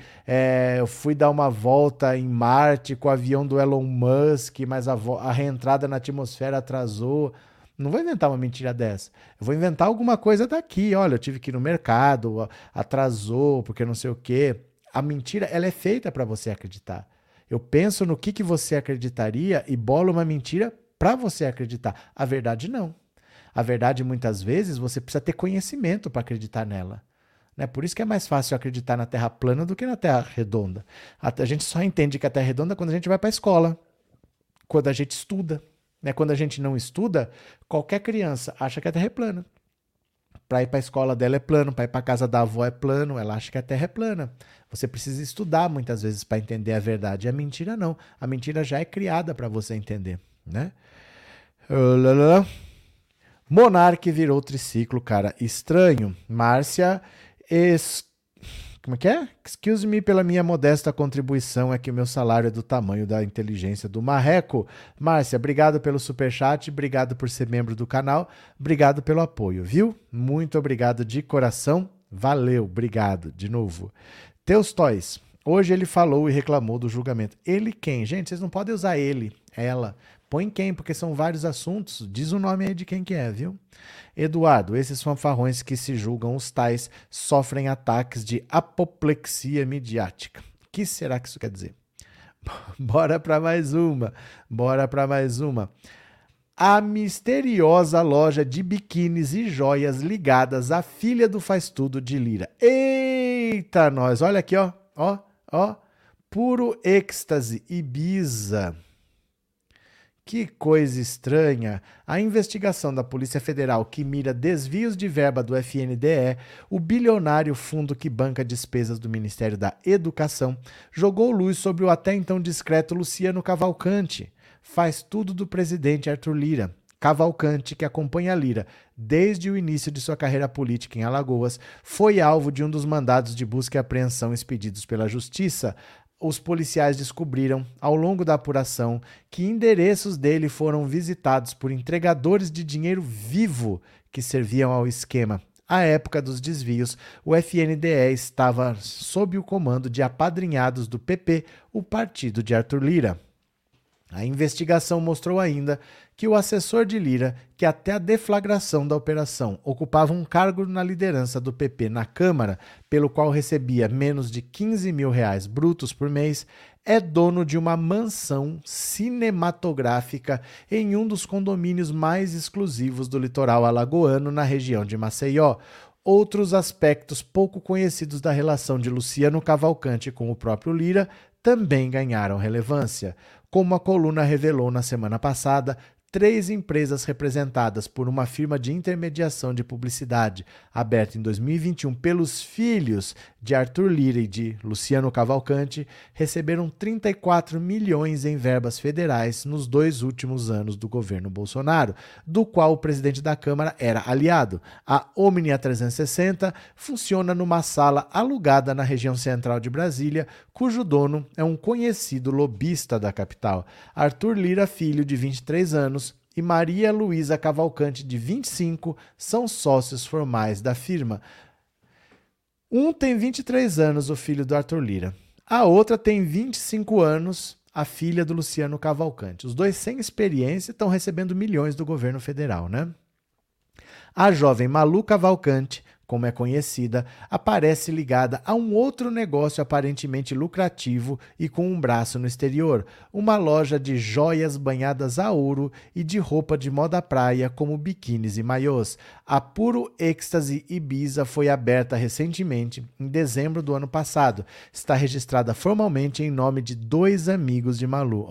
dar uma volta em Marte com o avião do Elon Musk, mas a reentrada na atmosfera atrasou. Não vou inventar uma mentira dessa. Eu vou inventar alguma coisa daqui. Olha, eu tive que ir no mercado, atrasou, porque não sei o quê. A mentira, ela é feita para você acreditar. Eu penso no que você acreditaria e bolo uma mentira para você acreditar. A verdade, não. A verdade, muitas vezes, você precisa ter conhecimento para acreditar nela. Né? Por isso que é mais fácil acreditar na Terra plana do que na Terra redonda. A gente só entende que a Terra é redonda quando a gente vai para a escola, quando a gente estuda. Né? Quando a gente não estuda, qualquer criança acha que a Terra é plana. Para ir para a escola dela é plano, para ir para a casa da avó é plano, ela acha que a Terra é plana. Você precisa estudar muitas vezes para entender a verdade. E a mentira não. A mentira já é criada para você entender. Né? Monarque virou triciclo, cara. Estranho. Márcia, como é que é? Excuse me pela minha modesta contribuição, é que o meu salário é do tamanho da inteligência do marreco. Márcia, obrigado pelo superchat, obrigado por ser membro do canal, obrigado pelo apoio, viu? Muito obrigado de coração. Valeu, obrigado de novo. Teustóis, hoje ele falou e reclamou do julgamento. Ele quem? Gente, vocês não podem usar ele, ela. Põe quem, porque são vários assuntos. Diz o nome aí de quem que é, viu? Eduardo, esses fanfarrões que se julgam os tais sofrem ataques de apoplexia midiática. O que será que isso quer dizer? Bora para mais uma. A misteriosa loja de biquínis e joias ligadas à filha do faz-tudo de Lira. Eita, nós! Olha aqui, ó. Puro êxtase, Ibiza. Que coisa estranha! A investigação da Polícia Federal que mira desvios de verba do FNDE, o bilionário fundo que banca despesas do Ministério da Educação, jogou luz sobre o até então discreto Luciano Cavalcante, faz tudo do presidente Arthur Lira. Cavalcante, que acompanha Lira desde o início de sua carreira política em Alagoas, foi alvo de um dos mandados de busca e apreensão expedidos pela Justiça. Os policiais descobriram, ao longo da apuração, que endereços dele foram visitados por entregadores de dinheiro vivo que serviam ao esquema. À época dos desvios, o FNDE estava sob o comando de apadrinhados do PP, o partido de Arthur Lira. A investigação mostrou ainda que o assessor de Lira, que até a deflagração da operação ocupava um cargo na liderança do PP na Câmara, pelo qual recebia menos de R$15 mil brutos por mês, é dono de uma mansão cinematográfica em um dos condomínios mais exclusivos do litoral alagoano, na região de Maceió. Outros aspectos pouco conhecidos da relação de Luciano Cavalcante com o próprio Lira também ganharam relevância. Como a coluna revelou na semana passada, 3 empresas representadas por uma firma de intermediação de publicidade, aberta em 2021 pelos filhos de Arthur Lira e de Luciano Cavalcante, receberam 34 milhões em verbas federais nos 2 últimos anos do governo Bolsonaro, do qual o presidente da Câmara era aliado. A Omnia 360 funciona numa sala alugada na região central de Brasília, cujo dono é um conhecido lobista da capital. Arthur Lira Filho, de 23 anos, e Maria Luísa Cavalcante, de 25, são sócios formais da firma. Um tem 23 anos, o filho do Arthur Lira. A outra tem 25 anos, a filha do Luciano Cavalcante. Os dois sem experiência estão recebendo milhões do governo federal, né? A jovem Malu Cavalcante, como é conhecida, aparece ligada a um outro negócio aparentemente lucrativo e com um braço no exterior, uma loja de joias banhadas a ouro e de roupa de moda praia, como biquínis e maiôs. A Puro Êxtase Ibiza foi aberta recentemente, em dezembro do ano passado. Está registrada formalmente em nome de 2 amigos de Malu.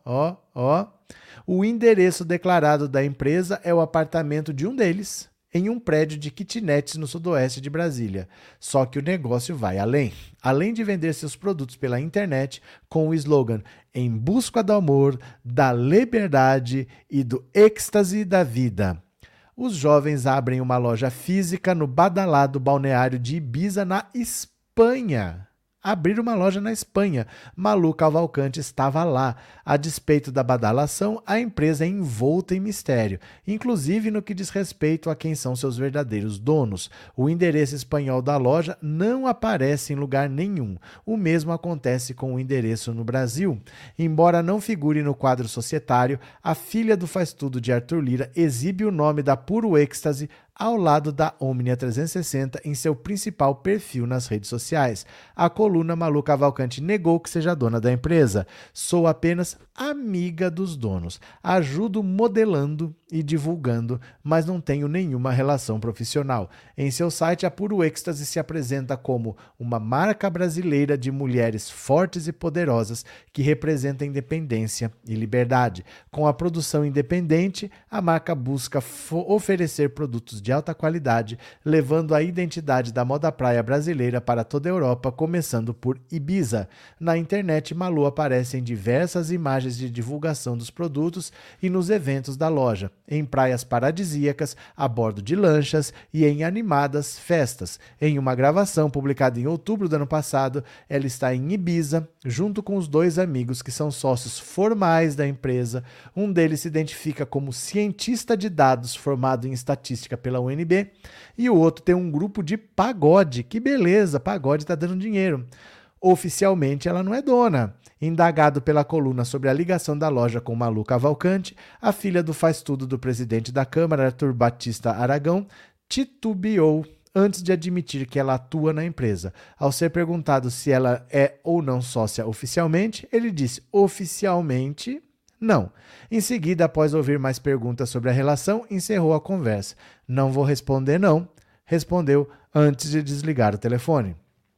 O endereço declarado da empresa é o apartamento de um deles, em um prédio de kitnets no sudoeste de Brasília. Só que o negócio vai além. Além de vender seus produtos pela internet com o slogan "Em busca do amor, da liberdade e do êxtase da vida", os jovens abrem uma loja física no badalado balneário de Ibiza, na Espanha. Abrir uma loja na Espanha. Malu Cavalcante estava lá. A despeito da badalação, a empresa é envolta em mistério, inclusive no que diz respeito a quem são seus verdadeiros donos. O endereço espanhol da loja não aparece em lugar nenhum. O mesmo acontece com o endereço no Brasil. Embora não figure no quadro societário, a filha do faz-tudo de Arthur Lira exibe o nome da Puro Êxtase ao lado da Omnia 360 em seu principal perfil nas redes sociais. A coluna Malu Cavalcante negou que seja dona da empresa. Sou apenas amiga dos donos. Ajudo modelando e divulgando, mas não tenho nenhuma relação profissional. Em seu site, a Puro Êxtase se apresenta como uma marca brasileira de mulheres fortes e poderosas que representa independência e liberdade. Com a produção independente, a marca busca oferecer produtos de alta qualidade, levando a identidade da moda praia brasileira para toda a Europa, começando por Ibiza. Na internet, Malu aparece em diversas imagens de divulgação dos produtos e nos eventos da loja, em praias paradisíacas, a bordo de lanchas e em animadas festas. Em uma gravação publicada em outubro do ano passado, ela está em Ibiza, junto com os 2 amigos que são sócios formais da empresa. Um deles se identifica como cientista de dados formado em estatística pela UNB e o outro tem um grupo de pagode. Que beleza, pagode está dando dinheiro. Oficialmente, ela não é dona. Indagado pela coluna sobre a ligação da loja com Malu Cavalcante, a filha do faz-tudo do presidente da Câmara, Arthur Batista Aragão, titubeou antes de admitir que ela atua na empresa. Ao ser perguntado se ela é ou não sócia oficialmente, ele disse: oficialmente, não. Em seguida, após ouvir mais perguntas sobre a relação, encerrou a conversa. Não vou responder, não, respondeu antes de desligar o telefone.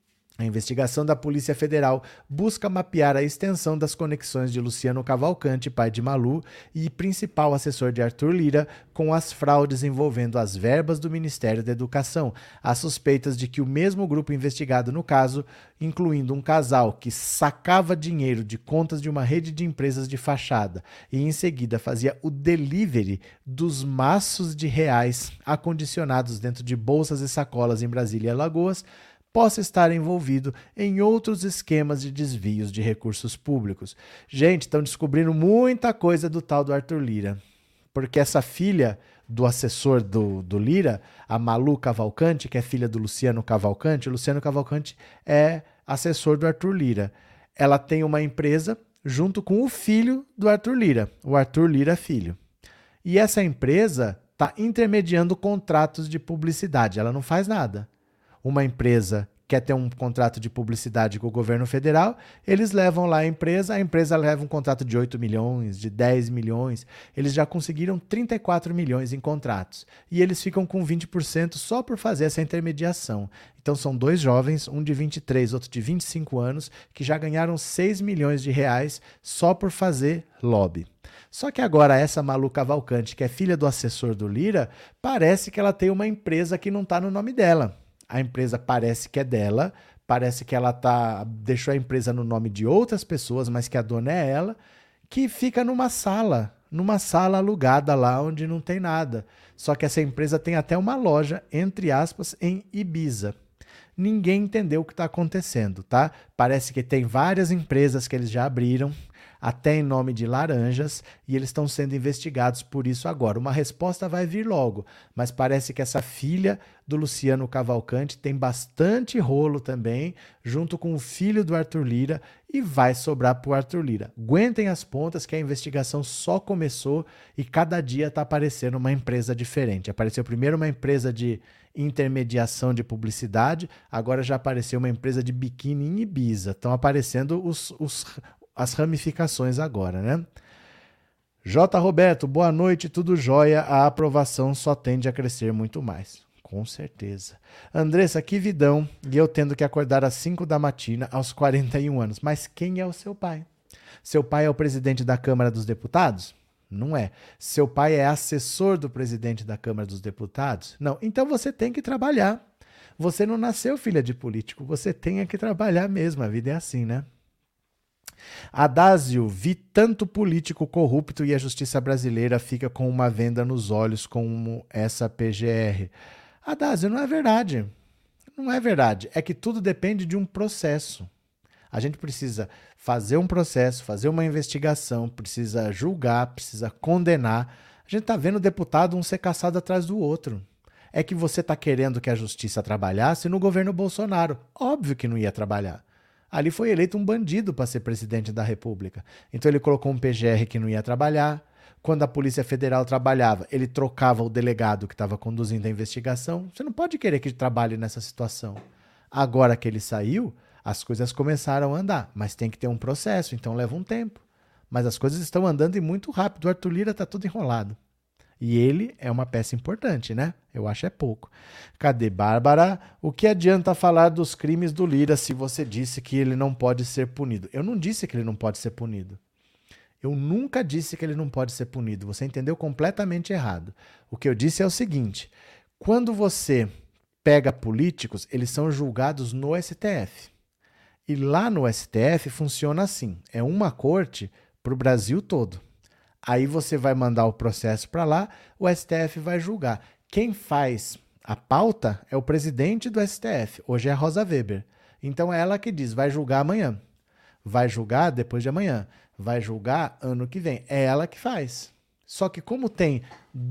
A investigação da Polícia Federal busca mapear a extensão das conexões de Luciano Cavalcante, pai de Malu, e principal assessor de Arthur Lira, com as fraudes envolvendo as verbas do Ministério da Educação. Há suspeitas de que o mesmo grupo investigado no caso, incluindo um casal que sacava dinheiro de contas de uma rede de empresas de fachada e em seguida fazia o delivery dos maços de reais acondicionados dentro de bolsas e sacolas em Brasília e Alagoas, possa estar envolvido em outros esquemas de desvios de recursos públicos. Gente, estão descobrindo muita coisa do tal do Arthur Lira, porque essa filha do assessor do Lira, a Malu Cavalcante, que é filha do Luciano Cavalcante, o Luciano Cavalcante é assessor do Arthur Lira. Ela tem uma empresa junto com o filho do Arthur Lira, o Arthur Lira Filho. E essa empresa está intermediando contratos de publicidade, ela não faz nada. Uma empresa quer ter um contrato de publicidade com o governo federal, eles levam lá a empresa leva um contrato de 8 milhões, de 10 milhões, eles já conseguiram 34 milhões em contratos. E eles ficam com 20% só por fazer essa intermediação. Então são dois jovens, um de 23, outro de 25 anos, que já ganharam 6 milhões de reais só por fazer lobby. Só que agora essa Malu Cavalcante, que é filha do assessor do Lira, parece que ela tem uma empresa que não está no nome dela. A empresa parece que é dela, parece que ela deixou a empresa no nome de outras pessoas, mas que a dona é ela, que fica numa sala alugada lá onde não tem nada. Só que essa empresa tem até uma loja, entre aspas, em Ibiza. Ninguém entendeu o que está acontecendo, tá? Parece que tem várias empresas que eles já abriram, até em nome de laranjas, e eles estão sendo investigados por isso agora. Uma resposta vai vir logo, mas parece que essa filha do Luciano Cavalcante tem bastante rolo também, junto com o filho do Arthur Lira, e vai sobrar para o Arthur Lira. Aguentem as pontas que a investigação só começou e cada dia está aparecendo uma empresa diferente. Apareceu primeiro uma empresa de intermediação de publicidade, agora já apareceu uma empresa de biquíni em Ibiza. Estão aparecendo as ramificações agora, né? J. Roberto, boa noite, tudo jóia, a aprovação só tende a crescer muito mais. Com certeza. Andressa, que vidão, e eu tendo que acordar às 5 da matina aos 41 anos. Mas quem é o seu pai? Seu pai é o presidente da Câmara dos Deputados? Não é. Seu pai é assessor do presidente da Câmara dos Deputados? Não. Então você tem que trabalhar. Você não nasceu filha de político, você tem que trabalhar mesmo, a vida é assim, né? Adásio, vi tanto político corrupto e a justiça brasileira fica com uma venda nos olhos como essa PGR. Adásio, não é verdade. Não é verdade. É que tudo depende de um processo. A gente precisa fazer um processo, fazer uma investigação, precisa julgar, precisa condenar. A gente está vendo deputado um ser caçado atrás do outro. É que você está querendo que a justiça trabalhasse no governo Bolsonaro. Óbvio que não ia trabalhar. Ali foi eleito um bandido para ser presidente da República. Então ele colocou um PGR que não ia trabalhar. Quando a Polícia Federal trabalhava, ele trocava o delegado que estava conduzindo a investigação. Você não pode querer que ele trabalhe nessa situação. Agora que ele saiu, as coisas começaram a andar, mas tem que ter um processo, então leva um tempo. Mas as coisas estão andando e muito rápido. O Arthur Lira está tudo enrolado. E ele é uma peça importante, né? Eu acho é pouco. Cadê Bárbara? O que adianta falar dos crimes do Lira se você disse que ele não pode ser punido? Eu não disse que ele não pode ser punido. Eu nunca disse que ele não pode ser punido. Você entendeu completamente errado. O que eu disse é o seguinte: quando você pega políticos, eles são julgados no STF. E lá no STF funciona assim: é uma corte para o Brasil todo. Aí você vai mandar o processo para lá, o STF vai julgar. Quem faz a pauta é o presidente do STF. Hoje é a Rosa Weber. Então é ela que diz, vai julgar amanhã. Vai julgar depois de amanhã. Vai julgar ano que vem. É ela que faz. Só que como tem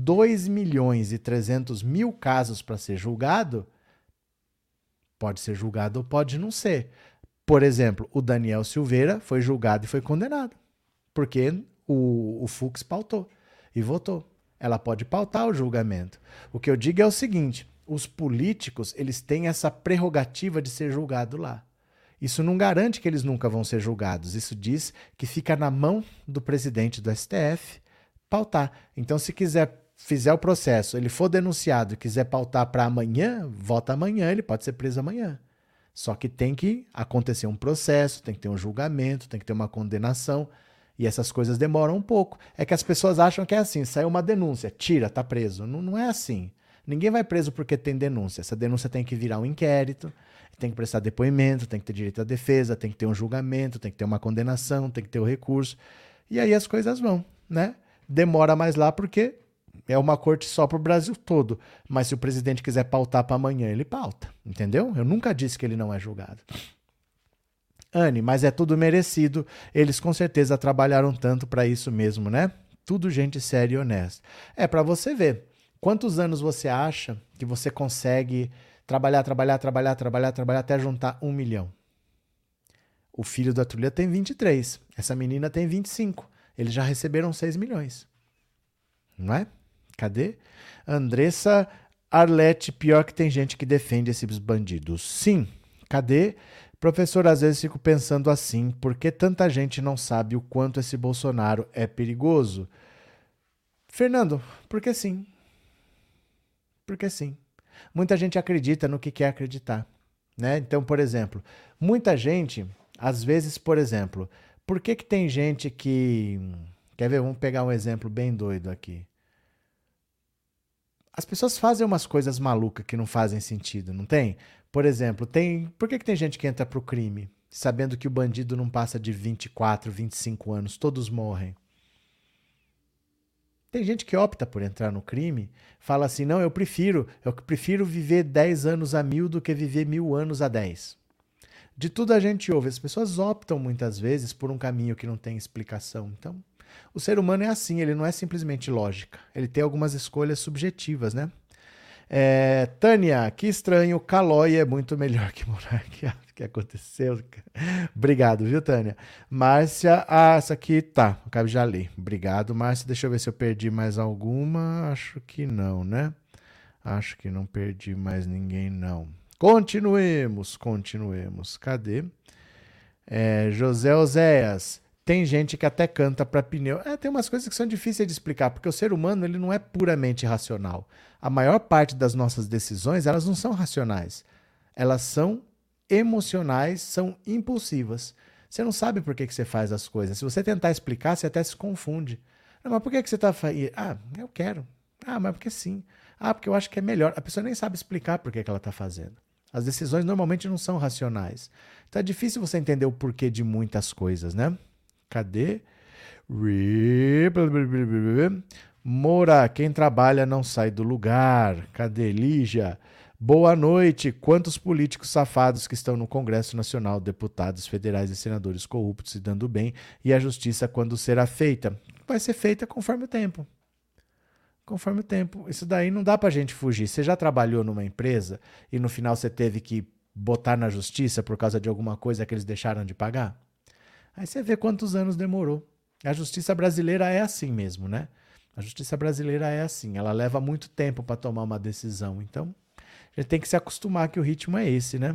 2.300.000 casos para ser julgado, pode ser julgado ou pode não ser. Por exemplo, o Daniel Silveira foi julgado e foi condenado. Porque o Fux pautou e votou. Ela pode pautar o julgamento. O que eu digo é o seguinte: os políticos, eles têm essa prerrogativa de ser julgado lá. Isso não garante que eles nunca vão ser julgados. Isso diz que fica na mão do presidente do STF pautar. Então, se fizer o processo, ele for denunciado e quiser pautar para amanhã, vota amanhã, ele pode ser preso amanhã. Só que tem que acontecer um processo, tem que ter um julgamento, tem que ter uma condenação. E essas coisas demoram um pouco. É que as pessoas acham que é assim, saiu uma denúncia, tira, tá preso. Não, não é assim. Ninguém vai preso porque tem denúncia. Essa denúncia tem que virar um inquérito, tem que prestar depoimento, tem que ter direito à defesa, tem que ter um julgamento, tem que ter uma condenação, tem que ter o recurso. E aí as coisas vão, né? Demora mais lá porque é uma corte só para o Brasil todo. Mas se o presidente quiser pautar para amanhã, ele pauta, entendeu? Eu nunca disse que ele não é julgado. Anne, mas é tudo merecido. Eles com certeza trabalharam tanto para isso mesmo, né? Tudo gente séria e honesta. É para você ver. Quantos anos você acha que você consegue trabalhar até juntar 1 milhão? O filho da Tullia tem 23. Essa menina tem 25. Eles já receberam 6 milhões. Não é? Cadê? Andressa Arlete, pior que tem gente que defende esses bandidos. Sim. Cadê? Professor, às vezes fico pensando assim, por que tanta gente não sabe o quanto esse Bolsonaro é perigoso? Fernando, porque sim. Porque sim. Muita gente acredita no que quer acreditar, né? Então, por exemplo, muita gente, às vezes, por exemplo, por que tem gente que... Quer ver? Vamos pegar um exemplo bem doido aqui. As pessoas fazem umas coisas malucas que não fazem sentido, não tem? Por exemplo, por que tem gente que entra pro crime, sabendo que o bandido não passa de 24, 25 anos, todos morrem? Tem gente que opta por entrar no crime, fala assim, não, eu prefiro viver 10 anos a 1000 do que viver 1000 anos a 10. De tudo a gente ouve, as pessoas optam muitas vezes por um caminho que não tem explicação. Então, o ser humano é assim, ele não é simplesmente lógica, ele tem algumas escolhas subjetivas, né? Tânia, que estranho, Calói é muito melhor que Monark. O que aconteceu? Obrigado, viu, Tânia? Márcia, essa aqui tá, acabei já li. Obrigado, Márcia. Deixa eu ver se eu perdi mais alguma. Acho que não, né? Acho que não perdi mais ninguém, não. Continuemos. Cadê? José Oséias. Tem gente que até canta para pneu. Tem umas coisas que são difíceis de explicar, porque o ser humano ele não é puramente racional. A maior parte das nossas decisões, elas não são racionais. Elas são emocionais, são impulsivas. Você não sabe por que você faz as coisas. Se você tentar explicar, você até se confunde. Não, mas por que você está fazendo? Eu quero. Mas porque sim. Porque eu acho que é melhor. A pessoa nem sabe explicar por que ela está fazendo. As decisões normalmente não são racionais. Então é difícil você entender o porquê de muitas coisas, né? Cadê? Moura, quem trabalha não sai do lugar. Cadê? Lígia? Boa noite. Quantos políticos safados que estão no Congresso Nacional, deputados federais e senadores corruptos se dando bem, e a justiça quando será feita? Vai ser feita conforme o tempo. Conforme o tempo. Isso daí não dá pra gente fugir. Você já trabalhou numa empresa e no final você teve que botar na justiça por causa de alguma coisa que eles deixaram de pagar? Aí você vê quantos anos demorou. A justiça brasileira é assim mesmo, né? A justiça brasileira é assim. Ela leva muito tempo para tomar uma decisão. Então, a gente tem que se acostumar que o ritmo é esse, né?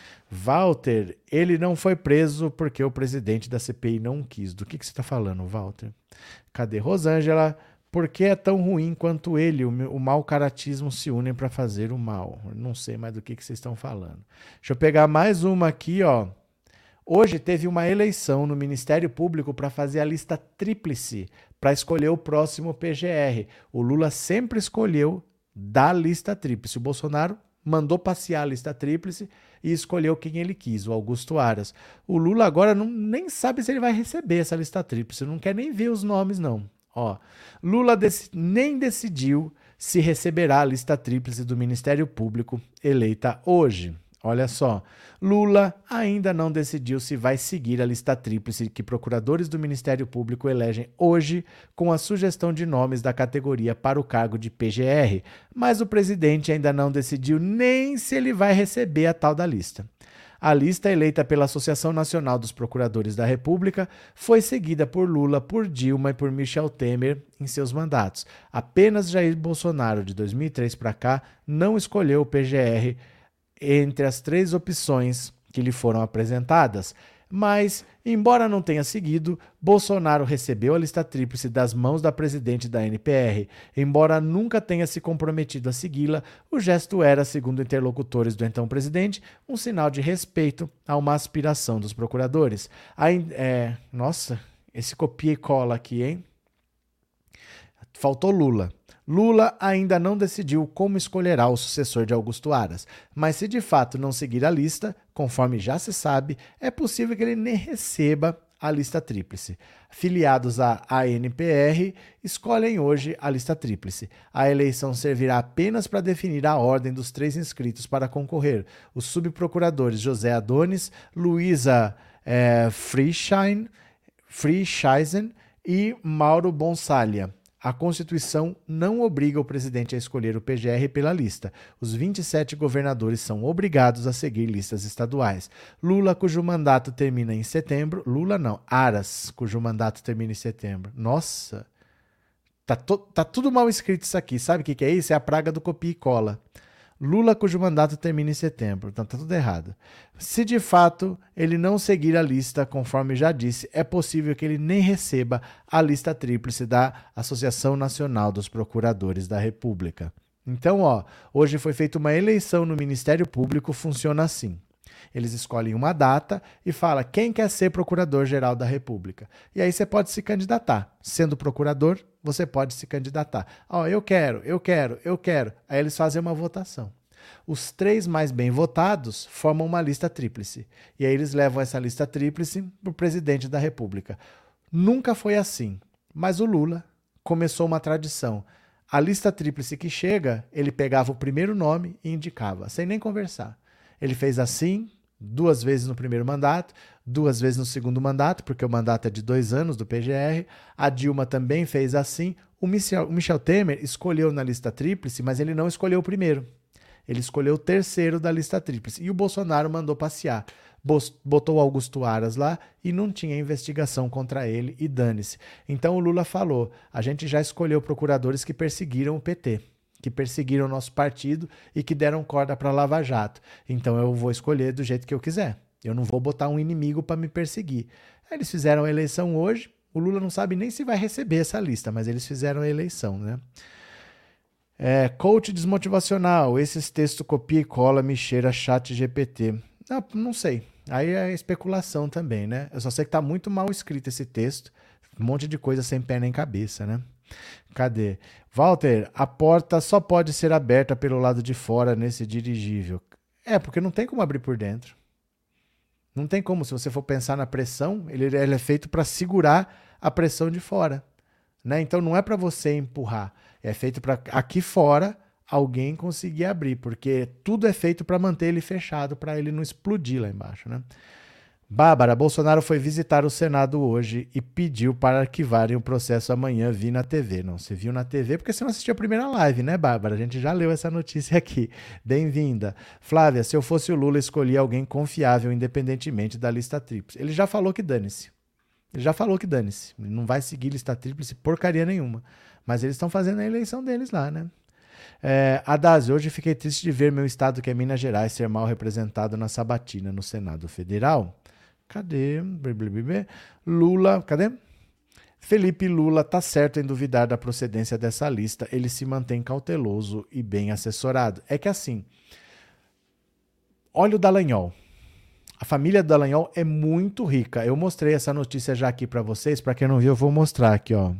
Walter, ele não foi preso porque o presidente da CPI não quis. Do que você está falando, Walter? Cadê? Rosângela, por que é tão ruim quanto ele, o mau caratismo se unem para fazer o mal? Eu não sei mais do que vocês estão falando. Deixa eu pegar mais uma aqui, ó. Hoje teve uma eleição no Ministério Público para fazer a lista tríplice, para escolher o próximo PGR. O Lula sempre escolheu da lista tríplice. O Bolsonaro mandou passear a lista tríplice e escolheu quem ele quis, o Augusto Aras. O Lula agora nem sabe se ele vai receber essa lista tríplice, não quer nem ver os nomes, não. Lula nem decidiu se receberá a lista tríplice do Ministério Público eleita hoje. Olha só, Lula ainda não decidiu se vai seguir a lista tríplice que procuradores do Ministério Público elegem hoje com a sugestão de nomes da categoria para o cargo de PGR, mas o presidente ainda não decidiu nem se ele vai receber a tal da lista. A lista eleita pela Associação Nacional dos Procuradores da República foi seguida por Lula, por Dilma e por Michel Temer em seus mandatos. Apenas Jair Bolsonaro, de 2003 para cá, não escolheu o PGR entre as 3 opções que lhe foram apresentadas. Mas, embora não tenha seguido, Bolsonaro recebeu a lista tríplice das mãos da presidente da NPR. Embora nunca tenha se comprometido a segui-la, o gesto era, segundo interlocutores do então presidente, um sinal de respeito a uma aspiração dos procuradores. Nossa, esse copia e cola aqui, hein? Faltou Lula. Lula ainda não decidiu como escolherá o sucessor de Augusto Aras, mas se de fato não seguir a lista, conforme já se sabe, é possível que ele nem receba a lista tríplice. Filiados à ANPR escolhem hoje a lista tríplice. A eleição servirá apenas para definir a ordem dos 3 inscritos para concorrer: os subprocuradores José Adonis, Luísa Frischeisen e Mauro Bonsalha. A Constituição não obriga o presidente a escolher o PGR pela lista. Os 27 governadores são obrigados a seguir listas estaduais. Lula, cujo mandato termina em setembro. Lula não, Aras, cujo mandato termina em setembro. Nossa, tá tudo mal escrito isso aqui. Sabe o que é isso? É a praga do copia e cola. Lula, cujo mandato termina em setembro. Então tá tudo errado. Se de fato ele não seguir a lista, conforme já disse, é possível que ele nem receba a lista tríplice da Associação Nacional dos Procuradores da República. Então, hoje foi feita uma eleição no Ministério Público, funciona assim. Eles escolhem uma data e falam quem quer ser procurador-geral da República. E aí você pode se candidatar. Sendo procurador, você pode se candidatar. Eu quero. Aí eles fazem uma votação. Os 3 mais bem votados formam uma lista tríplice. E aí eles levam essa lista tríplice para o presidente da República. Nunca foi assim. Mas o Lula começou uma tradição. A lista tríplice que chega, ele pegava o primeiro nome e indicava, sem nem conversar. Ele fez assim 2 vezes no primeiro mandato, 2 vezes no segundo mandato, porque o mandato é de 2 anos do PGR. A Dilma também fez assim. O Michel Temer escolheu na lista tríplice, mas ele não escolheu o primeiro. Ele escolheu o terceiro da lista tríplice. E o Bolsonaro mandou passear. Botou o Augusto Aras lá e não tinha investigação contra ele e dane-se. Então o Lula falou, a gente já escolheu procuradores que perseguiram o PT. Que perseguiram o nosso partido e que deram corda para Lava Jato. Então eu vou escolher do jeito que eu quiser. Eu não vou botar um inimigo para me perseguir. Aí eles fizeram a eleição hoje. O Lula não sabe nem se vai receber essa lista, mas eles fizeram a eleição, né? Coach desmotivacional. Esses textos copia e cola, me cheira chat GPT. Não sei. Aí é especulação também, né? Eu só sei que tá muito mal escrito esse texto. Um monte de coisa sem pé nem cabeça, né? Cadê? Walter, a porta só pode ser aberta pelo lado de fora nesse dirigível. Porque não tem como abrir por dentro. Não tem como. Se você for pensar na pressão, ele é feito para segurar a pressão de fora. Né? Então não é para você empurrar. É feito para aqui fora alguém conseguir abrir. Porque tudo é feito para manter ele fechado, para ele não explodir lá embaixo. Né? Bárbara, Bolsonaro foi visitar o Senado hoje e pediu para arquivarem o processo amanhã, vi na TV. Não, você viu na TV porque você não assistiu a primeira live, né, Bárbara? A gente já leu essa notícia aqui. Bem-vinda. Flávia, se eu fosse o Lula, escolhia alguém confiável, independentemente da lista tríplice. Ele já falou que dane-se. Ele não vai seguir lista tríplice porcaria nenhuma. Mas eles estão fazendo a eleição deles lá, né? Haddad, hoje fiquei triste de ver meu estado, que é Minas Gerais, ser mal representado na sabatina no Senado Federal. Cadê? Lula, cadê? Felipe Lula tá certo em duvidar da procedência dessa lista. Ele se mantém cauteloso e bem assessorado. É que assim, olha o Dallagnol. A família do Dallagnol é muito rica. Eu mostrei essa notícia já aqui para vocês. Para quem não viu, eu vou mostrar aqui, ó.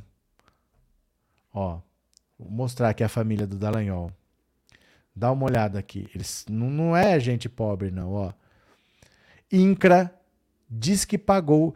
Vou mostrar aqui a família do Dallagnol. Dá uma olhada aqui. Eles não é gente pobre, não, ó. INCRA diz que pagou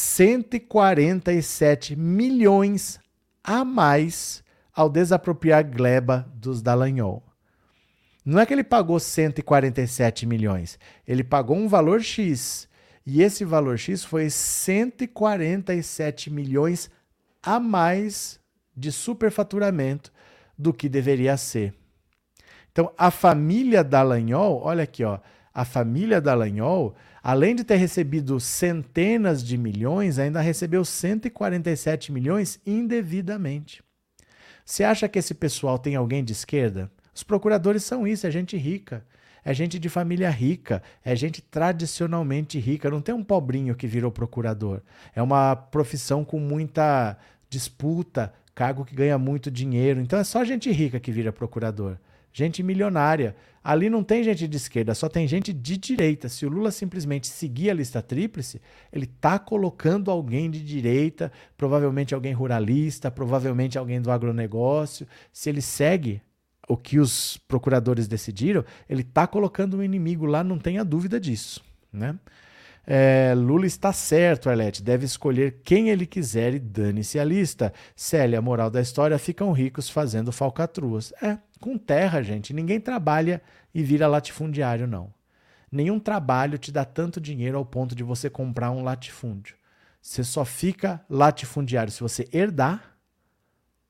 147 milhões a mais ao desapropriar gleba dos Dallagnol. Não é que ele pagou 147 milhões, ele pagou um valor X. E esse valor X foi 147 milhões a mais de superfaturamento do que deveria ser. Então, a família Dallagnol, olha aqui, ó, a família Dallagnol, além de ter recebido centenas de milhões, ainda recebeu 147 milhões indevidamente. Você acha que esse pessoal tem alguém de esquerda? Os procuradores são isso, é gente rica, é gente de família rica, é gente tradicionalmente rica, não tem um pobrinho que virou procurador. É uma profissão com muita disputa, cargo que ganha muito dinheiro, então é só gente rica que vira procurador. Gente milionária. Ali não tem gente de esquerda, só tem gente de direita. Se o Lula simplesmente seguir a lista tríplice, ele está colocando alguém de direita, provavelmente alguém ruralista, provavelmente alguém do agronegócio. Se ele segue o que os procuradores decidiram, ele está colocando um inimigo lá, não tenha dúvida disso, né? Lula está certo, Arlete, deve escolher quem ele quiser e dane-se a lista. Célia, moral da história, ficam ricos fazendo falcatruas. Com terra, gente, ninguém trabalha e vira latifundiário, não. Nenhum trabalho te dá tanto dinheiro ao ponto de você comprar um latifúndio. Você só fica latifundiário se você herdar,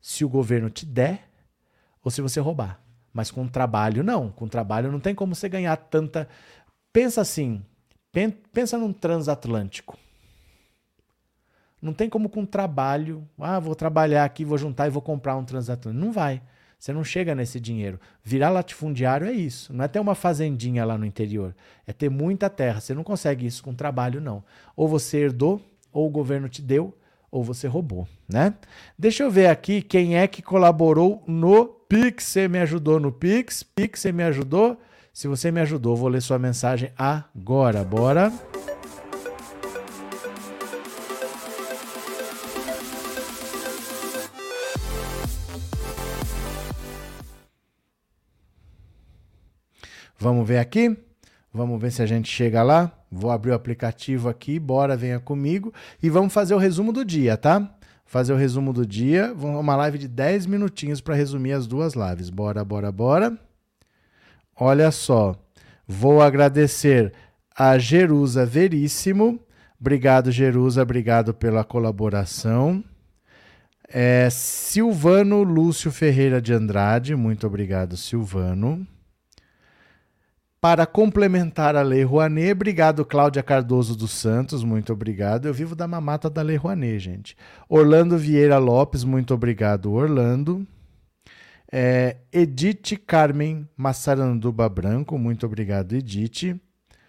se o governo te der ou se você roubar. Mas com trabalho, não. Com trabalho não tem como você ganhar tanta... Pensa assim, pensa num transatlântico. Não tem como com trabalho, vou trabalhar aqui, vou juntar e vou comprar um transatlântico. Não vai. Você não chega nesse dinheiro. Virar latifundiário é isso. Não é ter uma fazendinha lá no interior. É ter muita terra. Você não consegue isso com trabalho, não. Ou você herdou, ou o governo te deu, ou você roubou, né? Deixa eu ver aqui quem é que colaborou no Pix. Você me ajudou no Pix? Pix, você me ajudou? Se você me ajudou, vou ler sua mensagem agora. Bora! Vamos ver aqui? Vamos ver se a gente chega lá. Vou abrir o aplicativo aqui, bora, venha comigo. E vamos fazer o resumo do dia, tá? Fazer o resumo do dia. Uma live de 10 minutinhos para resumir as duas lives. Bora, bora, bora. Olha só. Vou agradecer a Jerusa Veríssimo. Obrigado, Jerusa. Obrigado pela colaboração. Silvano Lúcio Ferreira de Andrade. Muito obrigado, Silvano. Para complementar a Lei Rouanet, obrigado, Cláudia Cardoso dos Santos, muito obrigado. Eu vivo da mamata da Lei Rouanet, gente. Orlando Vieira Lopes, muito obrigado, Orlando. Edith Carmen Massaranduba Branco, muito obrigado, Edith.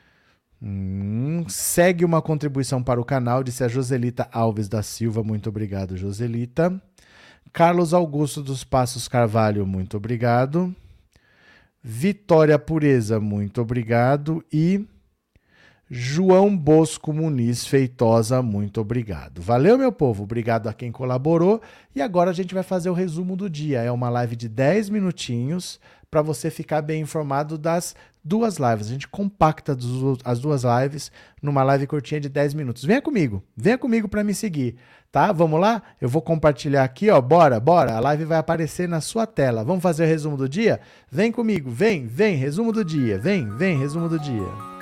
Segue uma contribuição para o canal, disse a Joselita Alves da Silva, muito obrigado, Joselita. Carlos Augusto dos Passos Carvalho, muito obrigado. Vitória Pureza, muito obrigado. E João Bosco Muniz Feitosa, muito obrigado. Valeu, meu povo. Obrigado a quem colaborou. E agora a gente vai fazer o resumo do dia. É uma live de 10 minutinhos para você ficar bem informado das duas lives. A gente compacta as duas lives numa live curtinha de 10 minutos. Venha comigo para me seguir, tá? Vamos lá? Eu vou compartilhar aqui, ó. Bora. A live vai aparecer na sua tela. Vamos fazer o resumo do dia? Vem comigo, vem, resumo do dia. Vem, resumo do dia.